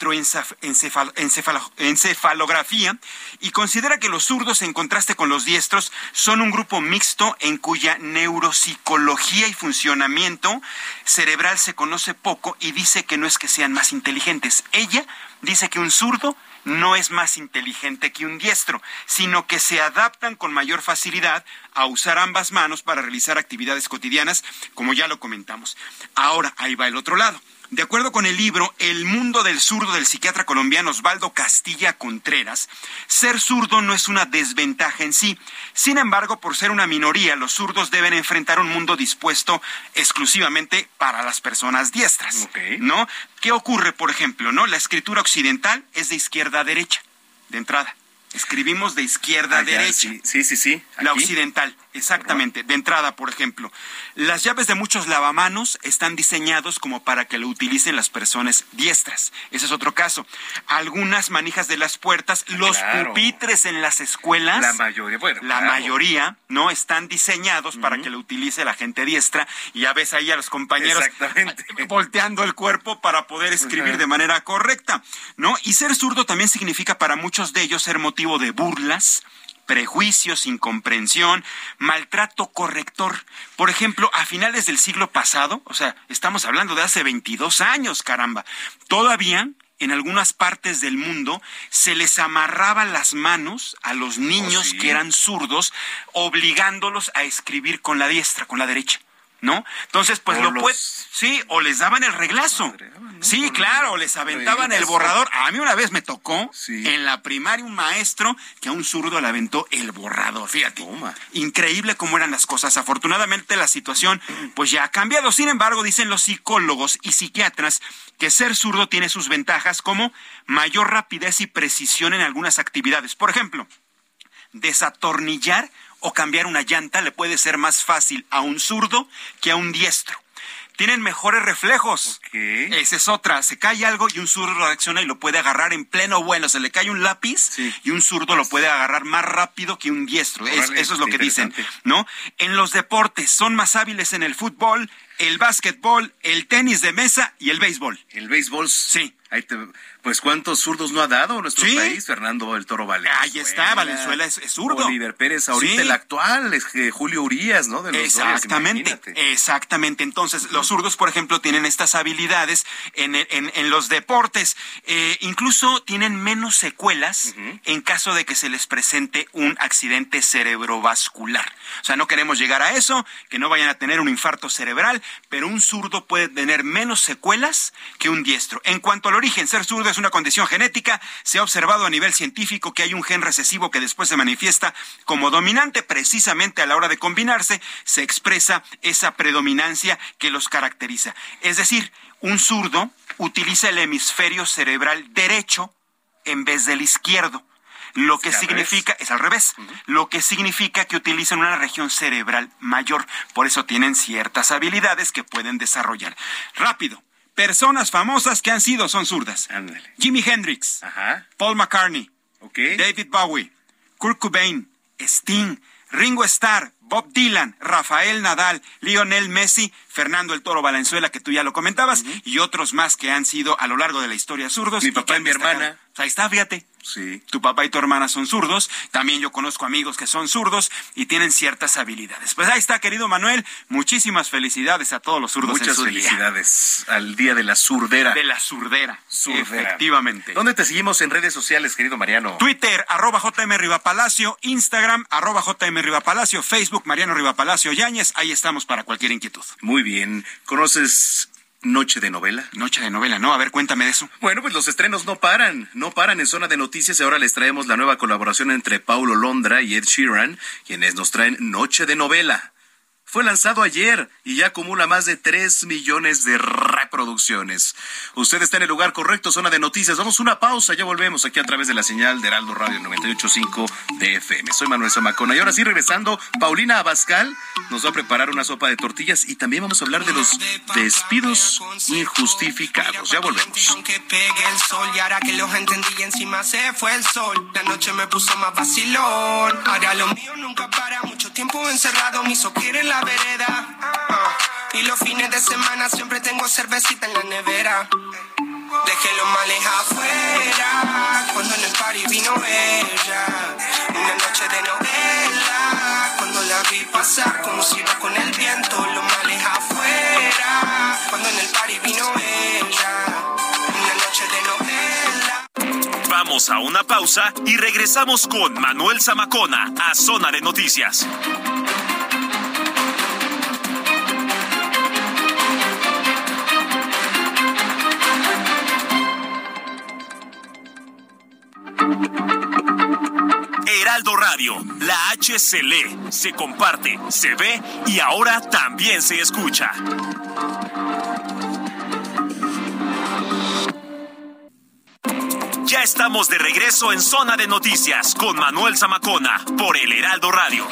electroencefalografía y considera que los zurdos, en contraste con los diestros, son un grupo mixto en cuya neuropsicología Psicología y funcionamiento cerebral se conoce poco y dice que no es que sean más inteligentes. Ella dice que un zurdo no es más inteligente que un diestro, sino que se adaptan con mayor facilidad a usar ambas manos para realizar actividades cotidianas, como ya lo comentamos. Ahora, ahí va el otro lado. De acuerdo con el libro El mundo del zurdo del psiquiatra colombiano Osvaldo Castilla Contreras, ser zurdo no es una desventaja en sí. Sin embargo, por ser una minoría, los zurdos deben enfrentar un mundo dispuesto exclusivamente para las personas diestras. Okay. ¿No? ¿Qué ocurre, por ejemplo? ¿No? La escritura occidental es de izquierda a derecha, de entrada. Escribimos de izquierda ah, a derecha. Ya, sí, sí, sí. ¿Aquí? La occidental, exactamente. De entrada, por ejemplo, las llaves de muchos lavamanos están diseñados como para que lo utilicen las personas diestras. Ese es otro caso. Algunas manijas de las puertas, los claro. pupitres en las escuelas. La mayoría, bueno. La claro. mayoría, ¿no? Están diseñados uh-huh. para que lo utilice la gente diestra. Y ya ves ahí a los compañeros volteando el cuerpo para poder escribir uh-huh. de manera correcta, ¿no? Y ser zurdo también significa para muchos de ellos ser motivo de burlas, prejuicios, incomprensión, maltrato corrector. Por ejemplo, a finales del siglo pasado, o sea, estamos hablando de hace veintidós años, caramba, todavía en algunas partes del mundo se les amarraba las manos a los niños oh, ¿sí? que eran zurdos, obligándolos a escribir con la diestra, con la derecha, ¿no? Entonces, pues o lo los... puede, sí, o les daban el reglazo. Madre, ¿no? Sí, Por claro, o les aventaban el borrador. A mí una vez me tocó sí. en la primaria un maestro que a un zurdo le aventó el borrador. Fíjate, Toma. Increíble cómo eran las cosas. Afortunadamente la situación pues ya ha cambiado. Sin embargo, dicen los psicólogos y psiquiatras que ser zurdo tiene sus ventajas como mayor rapidez y precisión en algunas actividades. Por ejemplo, desatornillar o cambiar una llanta le puede ser más fácil a un zurdo que a un diestro. Tienen mejores reflejos. Okay. Esa es otra. Se cae algo y un zurdo reacciona y lo puede agarrar en pleno vuelo. Se le cae un lápiz sí. y un zurdo lo puede agarrar más rápido que un diestro. Es, eso es lo que dicen, ¿no? En los deportes son más hábiles en el fútbol, el básquetbol, el tenis de mesa y el béisbol. ¿El béisbol? Sí. Ahí te, pues cuántos zurdos no ha dado nuestro ¿Sí? país, Fernando el Toro Valenzuela. Ahí está, Valenzuela es, es zurdo. Oliver Pérez, ahorita sí. el actual, es que Julio Urías, ¿no? De los exactamente, Dodgers, exactamente. Entonces, uh-huh. los zurdos, por ejemplo, tienen estas habilidades en, en, en los deportes. Eh, incluso tienen menos secuelas uh-huh. en caso de que se les presente un accidente cerebrovascular. O sea, no queremos llegar a eso, que no vayan a tener un infarto cerebral, pero un zurdo puede tener menos secuelas que un diestro. En cuanto al origen, ser zurdo es una condición genética. Se ha observado a nivel científico que hay un gen recesivo que después se manifiesta como dominante. Precisamente a la hora de combinarse se expresa esa predominancia que los caracteriza. Es decir, un zurdo utiliza el hemisferio cerebral derecho en vez del izquierdo. Lo que significa, es al revés, uh-huh. lo que significa que utilizan una región cerebral mayor. Por eso tienen ciertas habilidades que pueden desarrollar. Rápido. Personas famosas que han sido son zurdas. Ándale. Jimi Hendrix, Ajá. Paul McCartney, okay. David Bowie, Kurt Cobain, Sting, Ringo Starr, Bob Dylan, Rafael Nadal, Lionel Messi, Fernando el Toro Valenzuela, que tú ya lo comentabas, uh-huh. y otros más que han sido a lo largo de la historia zurdos. Mi papá y, y mi destacado. hermana. O sea, ahí está, fíjate. Sí. Tu papá y tu hermana son zurdos. También yo conozco amigos que son zurdos y tienen ciertas habilidades. Pues ahí está, querido Manuel. Muchísimas felicidades a todos los zurdos. Muchas en su felicidades día. Al día de la zurdera. De la zurdera. Zurdera. Efectivamente. ¿Dónde te seguimos en redes sociales, querido Mariano? Twitter, arroba J M Rivapalacio. Instagram, arroba J M Rivapalacio. Facebook, Mariano Rivapalacio Yáñez. Ahí estamos para cualquier inquietud. Muy bien. ¿Conoces Noche de Novela? Noche de Novela, no, a ver, cuéntame de eso. Bueno, pues los estrenos no paran, no paran en Zona de Noticias. Ahora les traemos la nueva colaboración entre Paulo Londra y Ed Sheeran, quienes nos traen Noche de Novela. Fue lanzado ayer y ya acumula más de tres millones de reproducciones. Usted está en el lugar correcto, Zona de Noticias. Vamos a una pausa, ya volvemos aquí a través de la señal de Heraldo Radio noventa y ocho punto cinco de F M. Soy Manuel Zamacona y ahora sí, regresando, Paulina Abascal nos va a preparar una sopa de tortillas y también vamos a hablar de los despidos injustificados. Ya volvemos. Aunque pegue el sol y ahora que los entendí y encima se fue el sol, la noche me puso más vacilón. Ahora lo mío nunca para, mucho tiempo encerrado me hizo querer la vereda. Uh, y los fines de semana siempre tengo cervecita en la nevera. Dejé los males afuera cuando en el party vino ella. Una noche de novela cuando la vi pasar como si iba con el viento. Los males afuera cuando en el party vino ella. Una noche de novela. Vamos a una pausa y regresamos con Manuel Zamacona a Zona de Noticias. Heraldo Radio, la H se lee, se comparte, se ve y ahora también se escucha. Ya estamos de regreso en Zona de Noticias con Manuel Zamacona por el Heraldo Radio.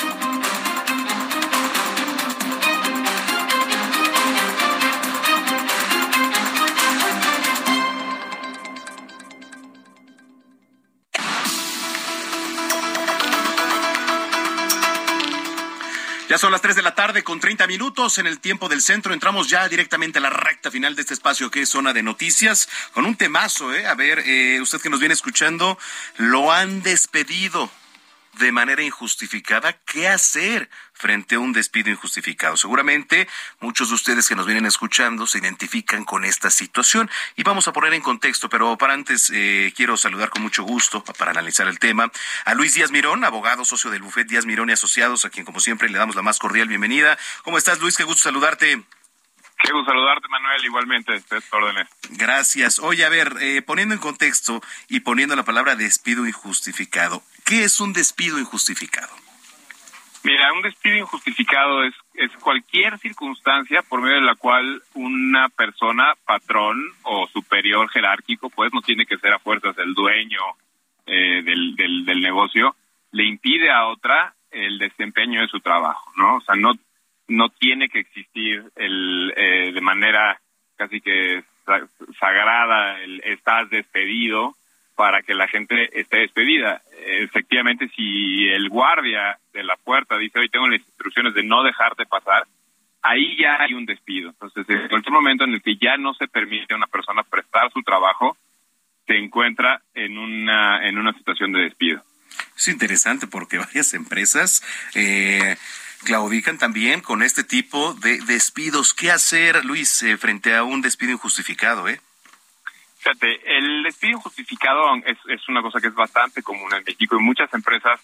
Ya son las tres de la tarde con treinta minutos en el tiempo del centro. Entramos ya directamente a la recta final de este espacio que es Zona de Noticias con un temazo, ¿eh? A ver, eh, usted que nos viene escuchando, lo han despedido de manera injustificada. ¿Qué hacer frente a un despido injustificado? Seguramente muchos de ustedes que nos vienen escuchando se identifican con esta situación y vamos a poner en contexto, pero para antes eh, quiero saludar con mucho gusto para analizar el tema a Luis Díaz Mirón, abogado, socio del bufete Díaz Mirón y Asociados, a quien como siempre le damos la más cordial bienvenida. ¿Cómo estás, Luis? Qué gusto saludarte. Qué gusto saludarte, Manuel, igualmente, ustedes órdenes. Gracias. Oye, a ver, eh, poniendo en contexto y poniendo la palabra despido injustificado, ¿qué es un despido injustificado? Mira, un despido injustificado es, es cualquier circunstancia por medio de la cual una persona, patrón o superior jerárquico, pues no tiene que ser a fuerzas el dueño eh, del, del, del negocio, le impide a otra el desempeño de su trabajo, ¿no? O sea, no no tiene que existir el eh, de manera casi que sagrada el estás despedido para que la gente esté despedida. Efectivamente, si el guardia de la puerta dice, hoy tengo las instrucciones de no dejarte pasar, ahí ya hay un despido. Entonces, en cualquier momento en el que ya no se permite a una persona prestar su trabajo, se encuentra en una en una situación de despido. Es interesante porque varias empresas eh, claudican también con este tipo de despidos. ¿Qué hacer, Luis, eh, frente a un despido injustificado, eh? Fíjate, el despido injustificado es, es una cosa que es bastante común en México y muchas empresas,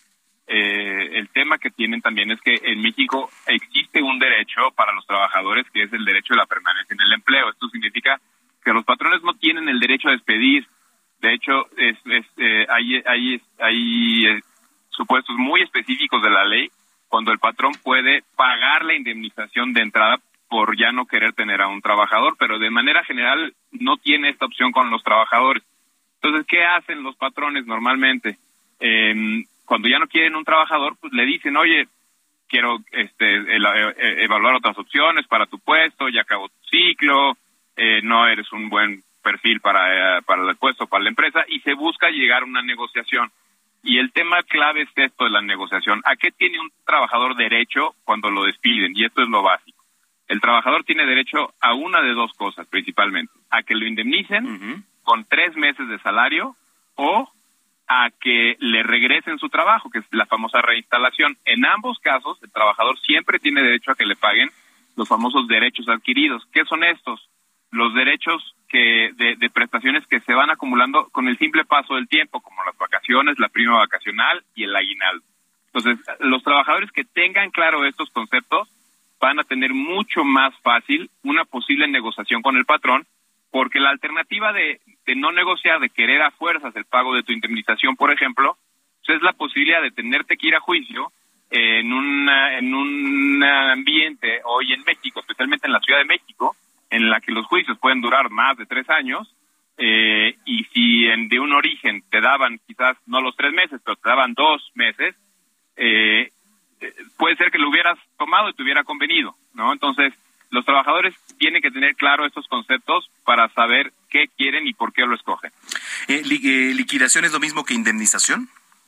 eh, el tema que tienen también es que en México existe un derecho para los trabajadores que es el derecho de la permanencia en el empleo. Esto significa que los patrones no tienen el derecho a despedir. De hecho, es, es, eh, hay, hay, hay eh, supuestos muy específicos de la ley cuando el patrón puede pagar la indemnización de entrada por ya no querer tener a un trabajador, pero de manera general no tiene esta opción con los trabajadores. Entonces, ¿qué hacen los patrones normalmente? Eh, cuando ya no quieren un trabajador, pues le dicen, oye, quiero este el, eh, evaluar otras opciones para tu puesto, ya acabó tu ciclo, eh, no eres un buen perfil para, eh, para el puesto, para la empresa, y se busca llegar a una negociación. Y el tema clave es esto de la negociación. ¿A qué tiene un trabajador derecho cuando lo despiden? Y esto es lo básico. El trabajador tiene derecho a una de dos cosas, principalmente. A que lo indemnicen uh-huh. con tres meses de salario o a que le regresen su trabajo, que es la famosa reinstalación. En ambos casos, el trabajador siempre tiene derecho a que le paguen los famosos derechos adquiridos. ¿Qué son estos? Los derechos que de, de prestaciones que se van acumulando con el simple paso del tiempo, como las vacaciones, la prima vacacional y el aguinaldo. Entonces, los trabajadores que tengan claro estos conceptos van a tener mucho más fácil una posible negociación con el patrón, porque la alternativa de, de no negociar, de querer a fuerzas el pago de tu indemnización, por ejemplo, pues es la posibilidad de tenerte que ir a juicio en, una, en un ambiente hoy en México, especialmente en la Ciudad de México, en la que los juicios pueden durar más de tres años, eh, y si en, de un origen te daban quizás no los tres meses, pero te daban dos meses, eh, puede ser que lo hubieras tomado y te hubiera convenido, ¿no? Entonces, los trabajadores tienen que tener claro estos conceptos para saber qué quieren y por qué lo escogen. Eh, li- eh, ¿Liquidación es lo mismo que indemnización?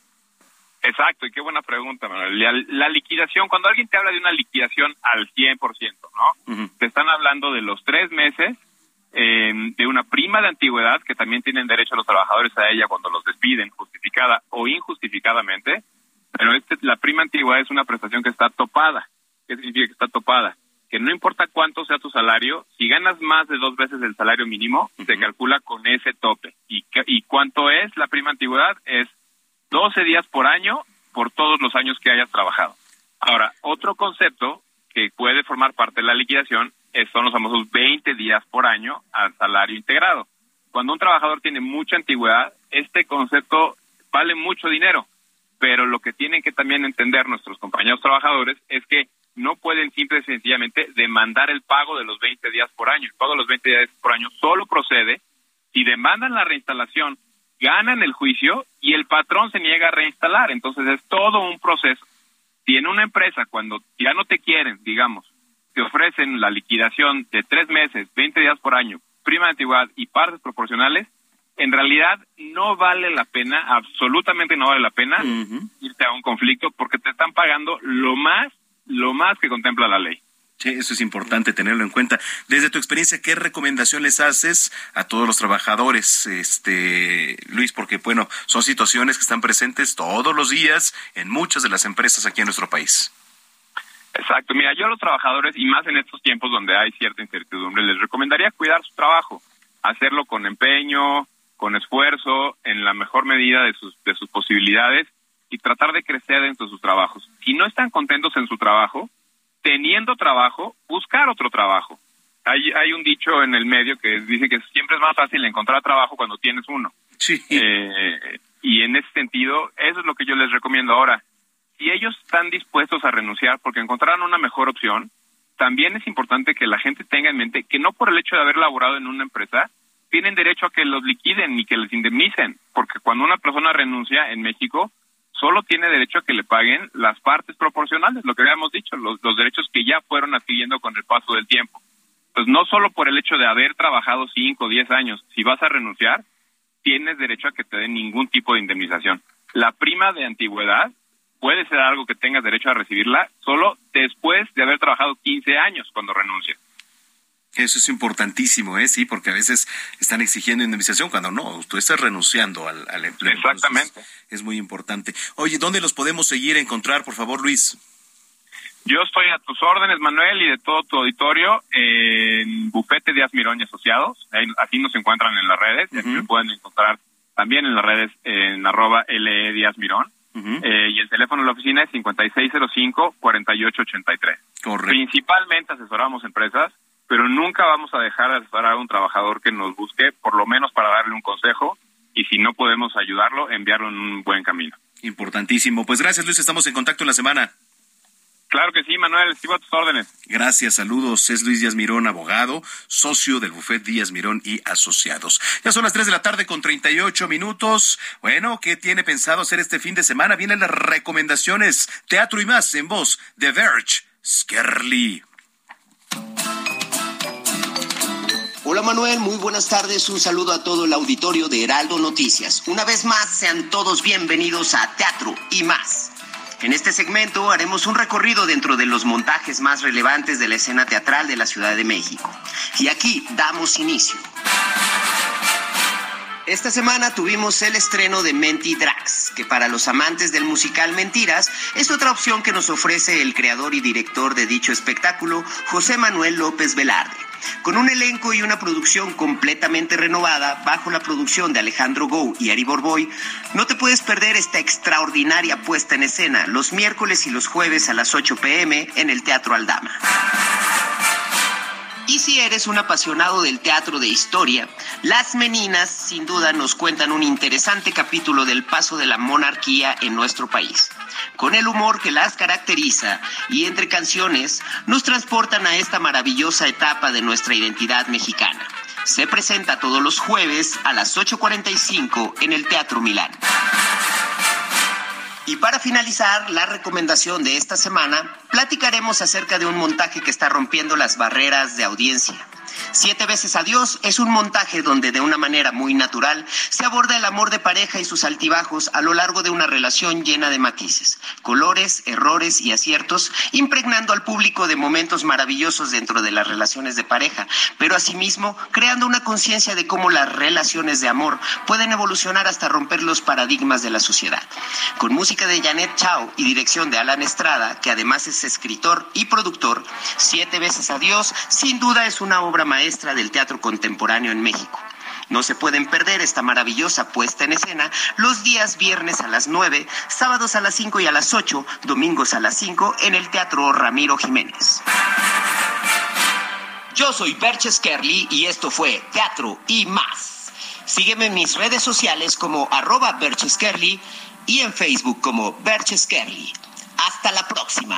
Exacto, y qué buena pregunta, Manuel. La, la liquidación, cuando alguien te habla de una liquidación al cien por ciento, ¿no? Uh-huh. Te están hablando de los tres meses, eh, de una prima de antigüedad, que también tienen derecho los trabajadores a ella cuando los despiden, justificada o injustificadamente. Pero este, la prima antigüedad es una prestación que está topada. ¿Qué significa que está topada? Que no importa cuánto sea tu salario, si ganas más de dos veces el salario mínimo, uh-huh. se calcula con ese tope. ¿Y, ¿Y cuánto es la prima antigüedad? Es doce días por año por todos los años que hayas trabajado. Ahora, otro concepto que puede formar parte de la liquidación es, son los famosos veinte días por año al salario integrado. Cuando un trabajador tiene mucha antigüedad, este concepto vale mucho dinero. Pero lo que tienen que también entender nuestros compañeros trabajadores es que no pueden simple y sencillamente demandar el pago de los veinte días por año. El pago de los veinte días por año solo procede si demandan la reinstalación, ganan el juicio y el patrón se niega a reinstalar. Entonces es todo un proceso. Si en una empresa, cuando ya no te quieren, digamos, te ofrecen la liquidación de tres meses, veinte días por año, prima de antigüedad y partes proporcionales, en realidad no vale la pena, absolutamente no vale la pena uh-huh. irte a un conflicto porque te están pagando lo más, lo más que contempla la ley. Sí, eso es importante tenerlo en cuenta. Desde tu experiencia, ¿qué recomendación les haces a todos los trabajadores, este Luis? Porque, bueno, son situaciones que están presentes todos los días en muchas de las empresas aquí en nuestro país. Exacto. Mira, yo a los trabajadores, y más en estos tiempos donde hay cierta incertidumbre, les recomendaría cuidar su trabajo, hacerlo con empeño, con esfuerzo, en la mejor medida de sus de sus posibilidades y tratar de crecer dentro de sus trabajos. Si no están contentos en su trabajo, teniendo trabajo, buscar otro trabajo. Hay hay un dicho en el medio que dice que siempre es más fácil encontrar trabajo cuando tienes uno. Sí. Eh, y en ese sentido, eso es lo que yo les recomiendo ahora. Si ellos están dispuestos a renunciar porque encontraron una mejor opción, también es importante que la gente tenga en mente que no por el hecho de haber laborado en una empresa, tienen derecho a que los liquiden y que les indemnicen, porque cuando una persona renuncia en México, solo tiene derecho a que le paguen las partes proporcionales, lo que habíamos dicho, los, los derechos que ya fueron adquiriendo con el paso del tiempo. Entonces, no solo por el hecho de haber trabajado cinco o diez años, si vas a renunciar, tienes derecho a que te den ningún tipo de indemnización. La prima de antigüedad puede ser algo que tengas derecho a recibirla solo después de haber trabajado quince años cuando renuncias. Eso es importantísimo, ¿eh? Sí, porque a veces están exigiendo indemnización cuando no, tú estás renunciando al, al empleo. Exactamente. Entonces, es muy importante. Oye, ¿dónde los podemos seguir, encontrar, por favor, Luis? Yo estoy a tus órdenes, Manuel, y de todo tu auditorio en Bufete Díaz Mirón y Asociados. Ahí, así nos encuentran en las redes. Uh-huh. Y así me pueden encontrar también en las redes en arroba L Díaz Mirón. Uh-huh. Eh, y el teléfono de la oficina es cincuenta y seis cero cinco, cuarenta y ocho ochenta y tres. Correcto. Principalmente asesoramos empresas, pero nunca vamos a dejar de asesorar a un trabajador que nos busque, por lo menos para darle un consejo, y si no podemos ayudarlo, enviarlo en un buen camino. Importantísimo. Pues gracias, Luis, estamos en contacto en la semana. Claro que sí, Manuel, sigo a tus órdenes. Gracias, saludos. Es Luis Díaz Mirón, abogado, socio del Bufet Díaz Mirón y Asociados. Ya son las tres de la tarde con treinta y ocho minutos. Bueno, ¿qué tiene pensado hacer este fin de semana? Vienen las recomendaciones, teatro y más, en voz de Verge Skerli. Hola Manuel, muy buenas tardes, un saludo a todo el auditorio de Heraldo Noticias. Una vez más, sean todos bienvenidos a Teatro y Más. En este segmento haremos un recorrido dentro de los montajes más relevantes de la escena teatral de la Ciudad de México. Y aquí damos inicio. Esta semana tuvimos el estreno de Menti Drax, que para los amantes del musical Mentiras es otra opción que nos ofrece el creador y director de dicho espectáculo, José Manuel López Velarde. Con un elenco y una producción completamente renovada, bajo la producción de Alejandro Gou y Ari Borboy, no te puedes perder esta extraordinaria puesta en escena los miércoles y los jueves a las ocho pm en el Teatro Aldama. Y si eres un apasionado del teatro de historia, Las Meninas sin duda nos cuentan un interesante capítulo del paso de la monarquía en nuestro país. Con el humor que las caracteriza y entre canciones nos transportan a esta maravillosa etapa de nuestra identidad mexicana. Se presenta todos los jueves a las ocho cuarenta y cinco en el Teatro Milán. Y para finalizar la recomendación de esta semana, platicaremos acerca de un montaje que está rompiendo las barreras de audiencia. Siete veces adiós es un montaje donde de una manera muy natural se aborda el amor de pareja y sus altibajos a lo largo de una relación llena de matices, colores, errores y aciertos, impregnando al público de momentos maravillosos dentro de las relaciones de pareja, pero asimismo creando una conciencia de cómo las relaciones de amor pueden evolucionar hasta romper los paradigmas de la sociedad. Con música de Janet Chao y dirección de Alan Estrada, que además es escritor y productor, Siete veces adiós sin duda es una obra maestra del teatro contemporáneo en México. No se pueden perder esta maravillosa puesta en escena los días viernes a las nueve, sábados a las cinco y a las ocho, domingos a las cinco en el Teatro Ramiro Jiménez. Yo soy Verge Skerli y esto fue Teatro y Más. Sígueme en mis redes sociales como arroba Verge Skerli y en Facebook como Verge Skerli. Hasta la próxima.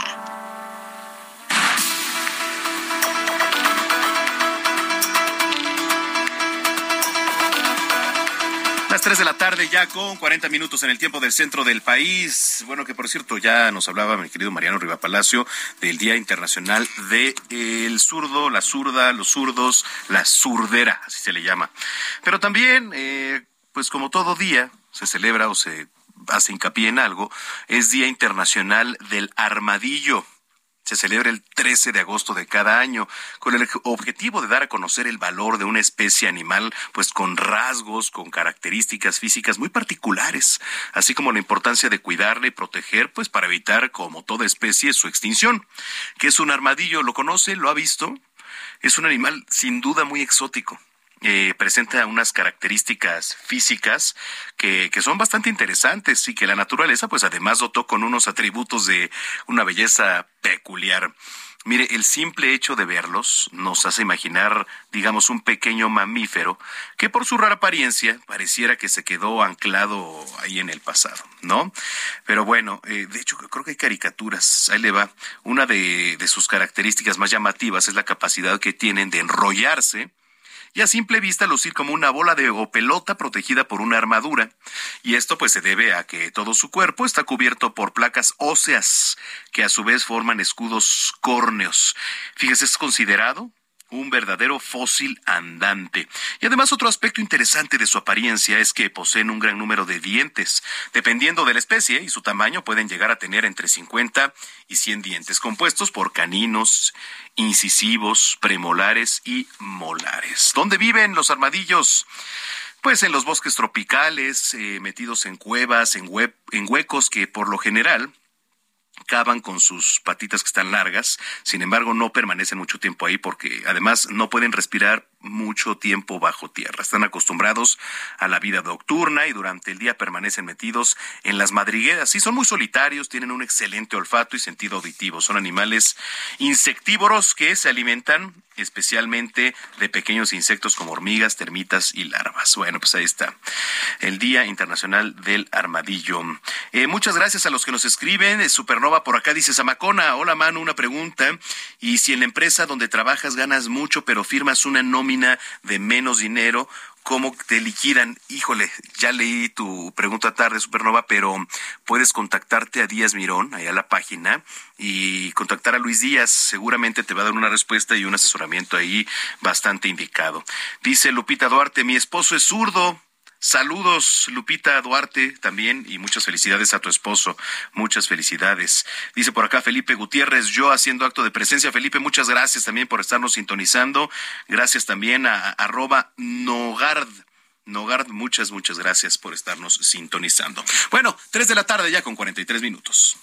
Las tres de la tarde ya con cuarenta minutos en el tiempo del centro del país. Bueno, que por cierto ya nos hablaba mi querido Mariano Rivapalacio del Día Internacional del Zurdo, la zurda, los zurdos, la zurdera, así se le llama. Pero también, eh, pues como todo día se celebra o se hace hincapié en algo, es Día Internacional del Armadillo. Se celebra el trece de agosto de cada año, con el objetivo de dar a conocer el valor de una especie animal, pues con rasgos, con características físicas muy particulares, así como la importancia de cuidarla y proteger, pues para evitar, como toda especie, su extinción. ¿Qué es un armadillo? ¿Lo conoce? ¿Lo ha visto? Es un animal sin duda muy exótico. Eh, presenta unas características físicas que, que son bastante interesantes y que la naturaleza pues además dotó con unos atributos de una belleza peculiar. Mire, el simple hecho de verlos nos hace imaginar, digamos, un pequeño mamífero que por su rara apariencia pareciera que se quedó anclado ahí en el pasado, ¿no? Pero bueno, eh, de hecho creo que hay caricaturas, ahí le va. Una de, de sus características más llamativas es la capacidad que tienen de enrollarse y a simple vista lucir como una bola de o pelota protegida por una armadura. Y esto pues se debe a que todo su cuerpo está cubierto por placas óseas que a su vez forman escudos córneos. Fíjese, es considerado un verdadero fósil andante. Y además otro aspecto interesante de su apariencia es que poseen un gran número de dientes. Dependiendo de la especie y su tamaño, pueden llegar a tener entre cincuenta y cien dientes, compuestos por caninos, incisivos, premolares y molares. ¿Dónde viven los armadillos? Pues en los bosques tropicales, eh, metidos en cuevas, en, hue- en huecos que por lo general cavan con sus patitas que están largas. Sin embargo, no permanecen mucho tiempo ahí porque además no pueden respirar mucho tiempo bajo tierra. Están acostumbrados a la vida nocturna y durante el día permanecen metidos en las madrigueras. Sí, son muy solitarios, tienen un excelente olfato y sentido auditivo. Son animales insectívoros que se alimentan especialmente de pequeños insectos como hormigas, termitas y larvas. Bueno, pues ahí está el Día Internacional del Armadillo. Eh, muchas gracias a los que nos escriben. Supernova por acá dice: Zamacona, hola Manu, una pregunta. Y si en la empresa donde trabajas ganas mucho pero firmas una nómina de menos dinero, ¿cómo te liquidan? Híjole, ya leí tu pregunta tarde, Supernova, pero puedes contactarte a Díaz Mirón, allá a la página, y contactar a Luis Díaz. Seguramente te va a dar una respuesta y un asesoramiento ahí bastante indicado. Dice Lupita Duarte: mi esposo es zurdo. Saludos, Lupita Duarte, también, y muchas felicidades a tu esposo. Muchas felicidades. Dice por acá Felipe Gutiérrez: yo haciendo acto de presencia. Felipe, muchas gracias también por estarnos sintonizando. Gracias también a, a arroba Nogard. Nogard, muchas, muchas gracias por estarnos sintonizando. Bueno, tres de la tarde ya con cuarenta y tres minutos.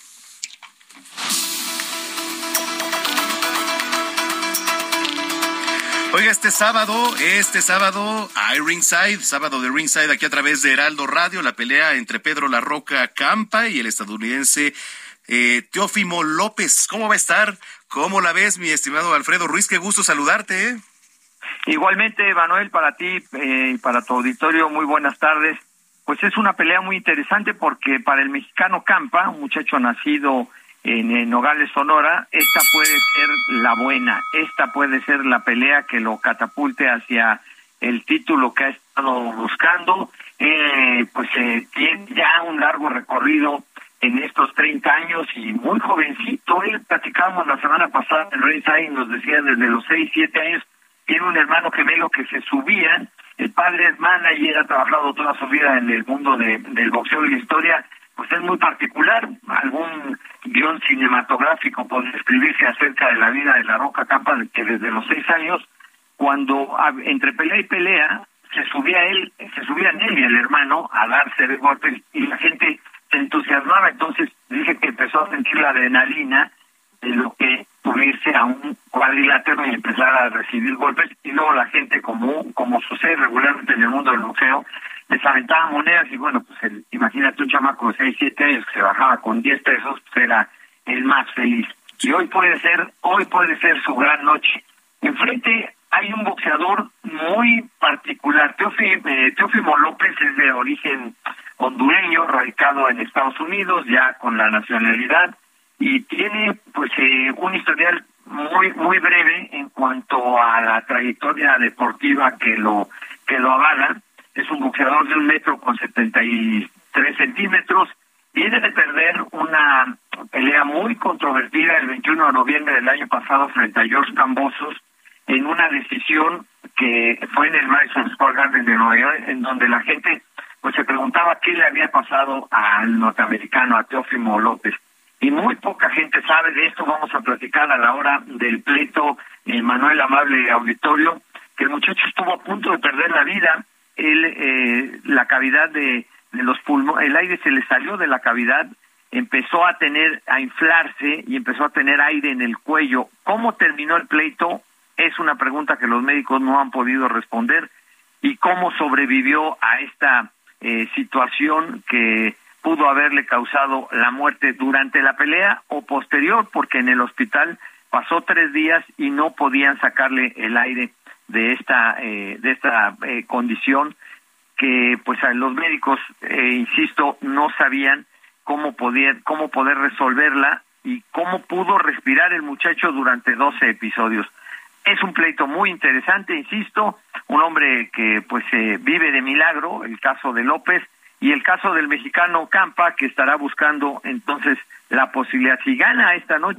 Oiga, este sábado, este sábado, hay Ringside, sábado de Ringside, aquí a través de Heraldo Radio, la pelea entre Pedro La Roca Campa y el estadounidense eh, Teófimo López. ¿Cómo va a estar? ¿Cómo la ves, mi estimado Alfredo Ruiz? Qué gusto saludarte, ¿eh? Igualmente, Manuel, para ti y eh, para tu auditorio, muy buenas tardes. Pues es una pelea muy interesante porque para el mexicano Campa, un muchacho nacido en, en Nogales, Sonora, esta puede ser la buena, esta puede ser la pelea que lo catapulte hacia el título que ha estado buscando. Eh, pues eh, tiene ya un largo recorrido en estos treinta años y muy jovencito. Él platicábamos la semana pasada en Ringside y nos decía desde los seis, siete años, tiene un hermano gemelo que se subía. El padre es manager, ha trabajado toda su vida en el mundo de, del boxeo y la historia. Pues es muy particular. Algún guión cinematográfico puede escribirse acerca de la vida de La Roca Campa, que desde los seis años, cuando entre pelea y pelea, se subía él, se subían él y el hermano a darse de golpes y la gente se entusiasmaba. Entonces dice que empezó a sentir la adrenalina de lo que subirse a un cuadrilátero y empezar a recibir golpes, y luego la gente, como como sucede regularmente en el mundo del boxeo, les aventaba monedas y bueno, pues el, imagínate un chamaco de seis, siete años que se bajaba con diez pesos, pues era el más feliz. Y hoy puede ser, hoy puede ser su gran noche. Enfrente hay un boxeador muy particular. Teófimo, eh, Teófimo López es de origen hondureño, radicado en Estados Unidos, ya con la nacionalidad, y tiene pues eh, un historial muy muy breve en cuanto a la trayectoria deportiva que lo que lo avala. Es un boxeador de un metro con setenta y tres centímetros. Viene de perder una pelea muy controvertida el veintiuno de noviembre del año pasado frente a George Kambosos en una decisión que fue en el Madison Square Garden de Nueva York, en donde la gente pues se preguntaba qué le había pasado al norteamericano, a Teófimo López. Y muy poca gente sabe de esto. Vamos a platicar a la hora del pleito, eh, Manuel, amable auditorio, que el muchacho estuvo a punto de perder la vida. Él, eh, la cavidad de, de los pulmones, el aire se le salió de la cavidad, empezó a tener, a inflarse y empezó a tener aire en el cuello. ¿Cómo terminó el pleito? Es una pregunta que los médicos no han podido responder. ¿Y cómo sobrevivió a esta eh, situación que pudo haberle causado la muerte durante la pelea o posterior? Porque en el hospital pasó tres días y no podían sacarle el aire de esta eh, de esta eh, condición que pues a los médicos, eh, insisto, no sabían cómo poder cómo poder resolverla y cómo pudo respirar el muchacho durante doce episodios. Es un pleito muy interesante, insisto, un hombre que pues eh, vive de milagro, el caso de López, y el caso del mexicano Campa, que estará buscando entonces la posibilidad. Si gana esta noche,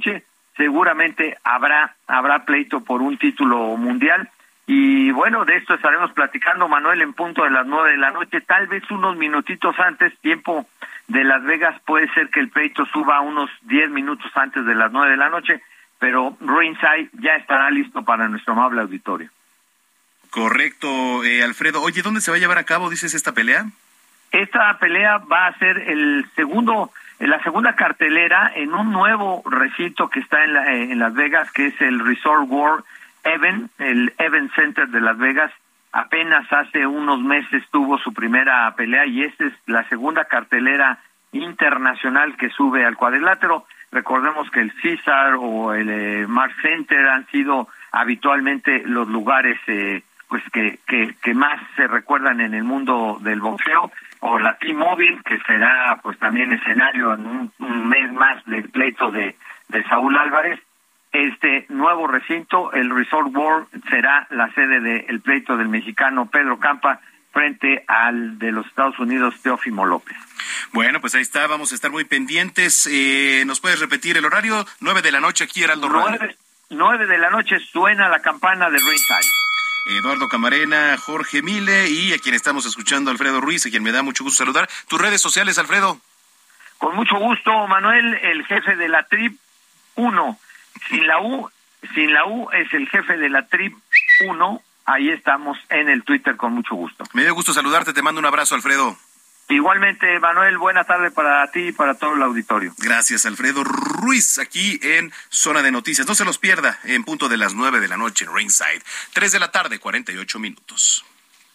seguramente habrá habrá pleito por un título mundial. Y bueno, de esto estaremos platicando, Manuel, en punto de las nueve de la noche, tal vez unos minutitos antes, tiempo de Las Vegas, puede ser que el pleito suba unos diez minutos antes de las nueve de la noche, pero ringside ya estará listo para nuestro amable auditorio. Correcto, eh, Alfredo. Oye, ¿dónde se va a llevar a cabo, dices, esta pelea? Esta pelea va a ser el segundo, la segunda cartelera en un nuevo recinto que está en, la, en Las Vegas, que es el Resort World Event, el Event Center de Las Vegas. Apenas hace unos meses tuvo su primera pelea y esta es la segunda cartelera internacional que sube al cuadrilátero. Recordemos que el Caesar o el eh, Mark Center han sido habitualmente los lugares eh, pues que, que que más se recuerdan en el mundo del boxeo, o la T-Mobile, que será pues también escenario en un, un mes más del pleito de, de Saúl Álvarez. Este nuevo recinto, el Resort World, será la sede del pleito del mexicano Pedro Campa frente al de los Estados Unidos, Teófimo López. Bueno, pues ahí está, vamos a estar muy pendientes. Eh, ¿Nos puedes repetir el horario? Nueve de la noche aquí, Heraldo Radio. Nueve, nueve de la noche suena la campana de ringside. Eduardo Camarena, Jorge Mile y a quien estamos escuchando, Alfredo Ruiz, a quien me da mucho gusto saludar. ¿Tus redes sociales, Alfredo? Con mucho gusto, Manuel, el jefe de la Trip uno. Sin la U, sin la U es el jefe de la Trip uno. Ahí estamos en el Twitter con mucho gusto. Me dio gusto saludarte, te mando un abrazo, Alfredo. Igualmente, Manuel, buena tarde para ti y para todo el auditorio. Gracias, Alfredo Ruiz, aquí en Zona de Noticias. No se los pierda, en punto de las nueve de la noche en Ringside. Tres de la tarde, cuarenta y ocho minutos.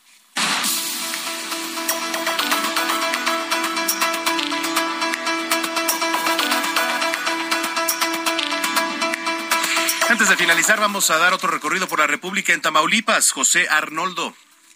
Antes de finalizar, vamos a dar otro recorrido por la República en Tamaulipas. José Arnoldo.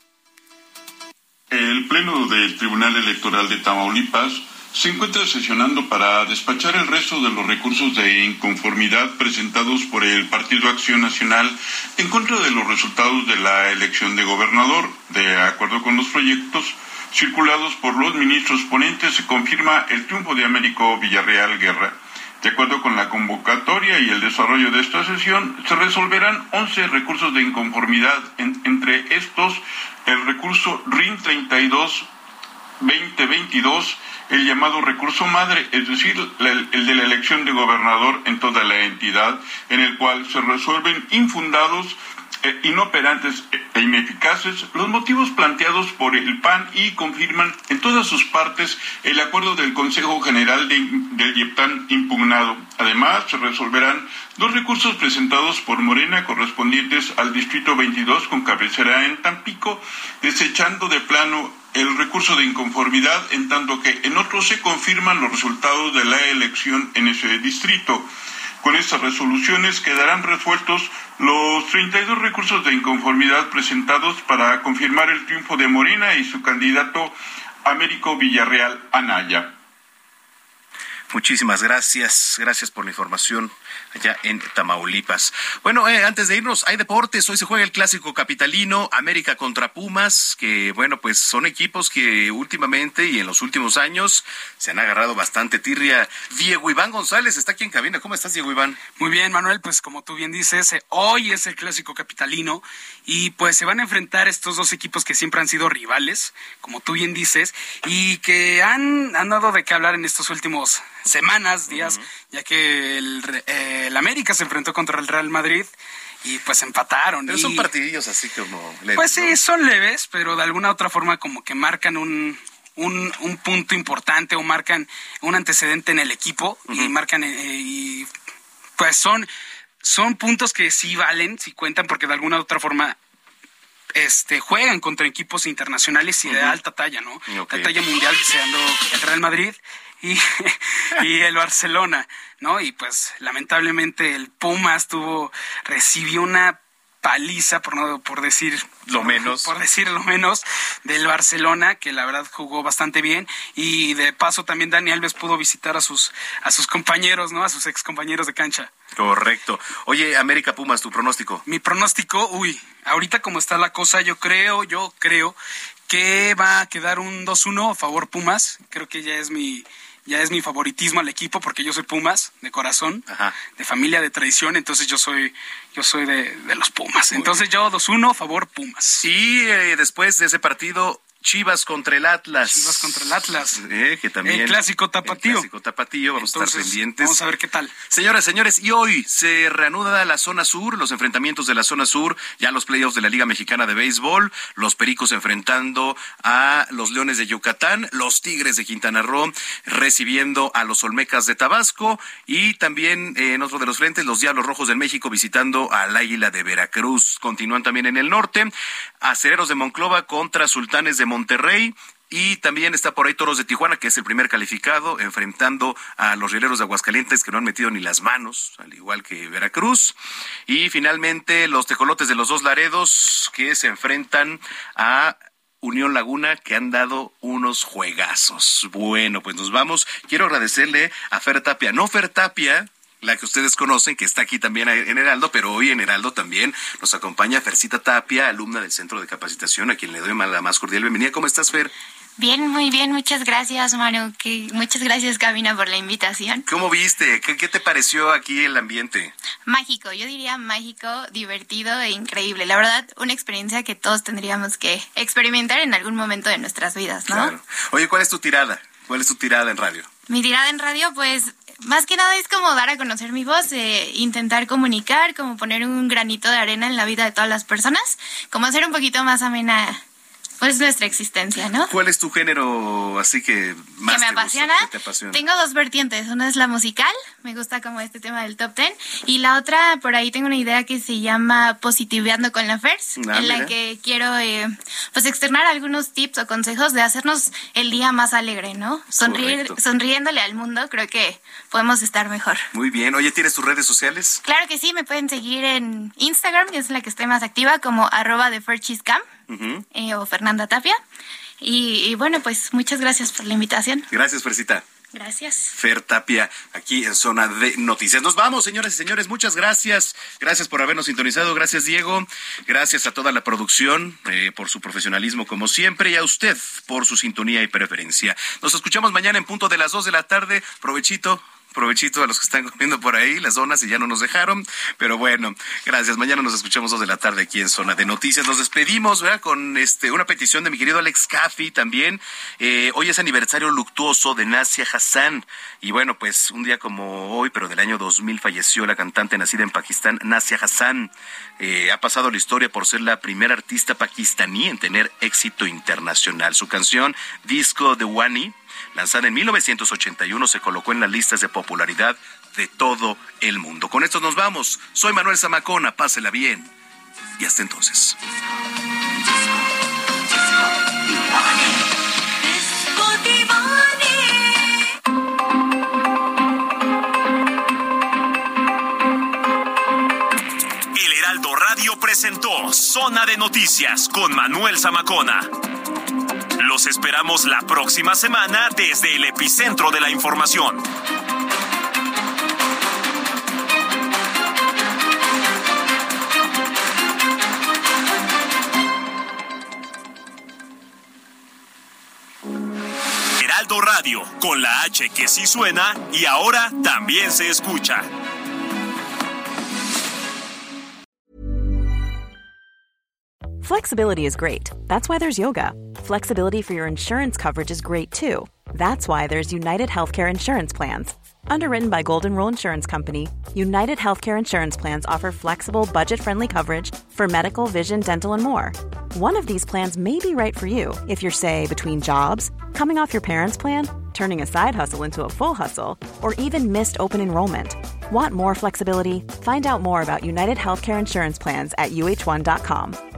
El Pleno del Tribunal Electoral de Tamaulipas se encuentra sesionando para despachar el resto de los recursos de inconformidad presentados por el Partido Acción Nacional en contra de los resultados de la elección de gobernador. De acuerdo con los proyectos circulados por los ministros ponentes, se confirma el triunfo de Américo Villarreal Guerra. De acuerdo con la convocatoria y el desarrollo de esta sesión, se resolverán once recursos de inconformidad, en, entre estos el recurso R I N treinta y dos veinte veintidós, el llamado recurso madre, es decir, el, el de la elección de gobernador en toda la entidad, en el cual se resuelven infundados, eh, inoperantes e ineficaces los motivos planteados por el P A N y confirman en todas sus partes el acuerdo del Consejo General de, del I E P T A N impugnado. Además, se resolverán dos recursos presentados por Morena correspondientes al Distrito veintidós con cabecera en Tampico, desechando de plano el recurso de inconformidad, en tanto que en otros se confirman los resultados de la elección en ese distrito. Con estas resoluciones quedarán resueltos los treinta y dos recursos de inconformidad presentados para confirmar el triunfo de Morena y su candidato Américo Villarreal Anaya. Muchísimas gracias, gracias por la información allá en Tamaulipas. Bueno, eh, antes de irnos, hay deportes. Hoy se juega el clásico capitalino, América contra Pumas, que bueno, pues son equipos que últimamente y en los últimos años se han agarrado bastante tirria. Diego Iván González está aquí en cabina. ¿Cómo estás, Diego Iván? Muy bien, Manuel, pues como tú bien dices, eh, hoy es el clásico capitalino y pues se van a enfrentar estos dos equipos que siempre han sido rivales, como tú bien dices, y que han, han dado de qué hablar en estos últimos semanas, días, uh-huh. ya que el, eh, el América se enfrentó contra el Real Madrid y pues empataron. Pero y, son partidillos así como leves. Pues sí, ¿no? son leves, pero de alguna otra forma como que marcan un, un, un punto importante o marcan un antecedente en el equipo, uh-huh. y marcan eh, y pues son, son puntos que sí valen, sí cuentan, porque de alguna otra forma este juegan contra equipos internacionales y uh-huh. de alta talla, ¿no? Okay. De talla mundial, siendo el Real Madrid y, y el Barcelona, ¿no? Y pues lamentablemente el Pumas tuvo, recibió una paliza, por no por decir lo menos, por decir lo menos, del Barcelona, que la verdad jugó bastante bien, y de paso también Dani Alves pudo visitar a sus a sus compañeros, ¿no? A sus ex compañeros de cancha. Correcto. Oye, América Pumas, tu pronóstico. Mi pronóstico, uy, ahorita como está la cosa, yo creo, yo creo que va a quedar un dos uno a favor Pumas. Creo que ya es mi ya es mi favoritismo al equipo porque yo soy Pumas de corazón, Ajá. de familia, de tradición, entonces yo soy yo soy de, de los Pumas. Muy entonces bien. Yo dos uno, favor Pumas. Y eh, después de ese partido, Chivas contra el Atlas. Chivas contra el Atlas. Eh, que también, el clásico tapatío. El clásico tapatío, vamos Entonces, a estar pendientes. Vamos a ver qué tal. Señoras, señores, y hoy se reanuda la zona sur, los enfrentamientos de la zona sur, ya los playoffs de la Liga Mexicana de Béisbol, los Pericos enfrentando a los Leones de Yucatán, los Tigres de Quintana Roo recibiendo a los Olmecas de Tabasco y también eh, en otro de los frentes, los Diablos Rojos del México visitando al Águila de Veracruz. Continúan también en el norte, Acereros de Monclova contra Sultanes de Monterrey. Y también está por ahí Toros de Tijuana, que es el primer calificado, enfrentando a los Rieleros de Aguascalientes, que no han metido ni las manos, al igual que Veracruz. Y finalmente los Tecolotes de los Dos Laredos, que se enfrentan a Unión Laguna, que han dado unos juegazos. Bueno, pues nos vamos. Quiero agradecerle a Fer Tapia. No Fer Tapia, la que ustedes conocen, que está aquí también en Heraldo, pero hoy en Heraldo también nos acompaña Fercita Tapia, alumna del Centro de Capacitación, a quien le doy la más cordial bienvenida. ¿Cómo estás, Fer? Bien, muy bien, muchas gracias, Manu. Que, muchas gracias, Cabina, por la invitación. ¿Cómo viste? ¿Qué, qué te pareció aquí el ambiente? Mágico, yo diría mágico, divertido e increíble. La verdad, una experiencia que todos tendríamos que experimentar en algún momento de nuestras vidas, ¿no? Claro. Oye, ¿cuál es tu tirada? ¿Cuál es tu tirada en radio? Mi tirada en radio, pues, más que nada es como dar a conocer mi voz, eh, intentar comunicar, como poner un granito de arena en la vida de todas las personas, como hacer un poquito más amena, pues, nuestra existencia, ¿no? ¿Cuál es tu género así que más que me te apasiona? gusta, que te apasiona? Tengo dos vertientes. Una es la musical, me gusta como este tema del top ten, y la otra, por ahí tengo una idea que se llama Positiveando con la Fers, ah, en la mira. que quiero eh, pues externar algunos tips o consejos de hacernos el día más alegre, ¿no? Sonreír, Correcto. sonriéndole al mundo, creo que podemos estar mejor. Muy bien. Oye, ¿tienes tus redes sociales? Claro que sí, me pueden seguir en Instagram, que es la que estoy más activa, como arroba de Ferchiscam. Uh-huh. eh, o Fernanda Tapia. Y, y bueno, pues muchas gracias por la invitación. Gracias, Fercita. Gracias. Fer Tapia, aquí en Zona de Noticias. Nos vamos, señoras y señores. Muchas gracias. Gracias por habernos sintonizado. Gracias, Diego. Gracias a toda la producción eh, por su profesionalismo, como siempre. Y a usted por su sintonía y preferencia. Nos escuchamos mañana en punto de las dos de la tarde. Provechito. Provechito a los que están comiendo por ahí las donas y ya no nos dejaron, pero bueno, gracias. Mañana nos escuchamos dos de la tarde aquí en Zona de Noticias. Nos despedimos, ¿verdad? Con este una petición de mi querido Alex Caffi también. Eh, hoy es aniversario luctuoso de Nasia Hassan y bueno, pues un día como hoy, pero del año dos mil falleció la cantante nacida en Pakistán, Nasia Hassan. Eh, ha pasado la historia por ser la primera artista pakistaní en tener éxito internacional. Su canción Disco Diwani, lanzada en mil novecientos ochenta y uno, se colocó en las listas de popularidad de todo el mundo. Con esto nos vamos. Soy Manuel Zamacona, pásela bien y hasta entonces. El Heraldo Radio presentó Zona de Noticias con Manuel Zamacona. Los esperamos la próxima semana desde el epicentro de la información. Heraldo Radio, con la H que sí suena y ahora también se escucha. Flexibility is great. That's why there's yoga. Flexibility for your insurance coverage is great too. That's why there's United Healthcare Insurance Plans. Underwritten by Golden Rule Insurance Company, United Healthcare Insurance Plans offer flexible, budget-friendly coverage for medical, vision, dental, and more. One of these plans may be right for you if you're, say, between jobs, coming off your parents' plan, turning a side hustle into a full hustle, or even missed open enrollment. Want more flexibility? Find out more about United Healthcare Insurance Plans at U H one dot com.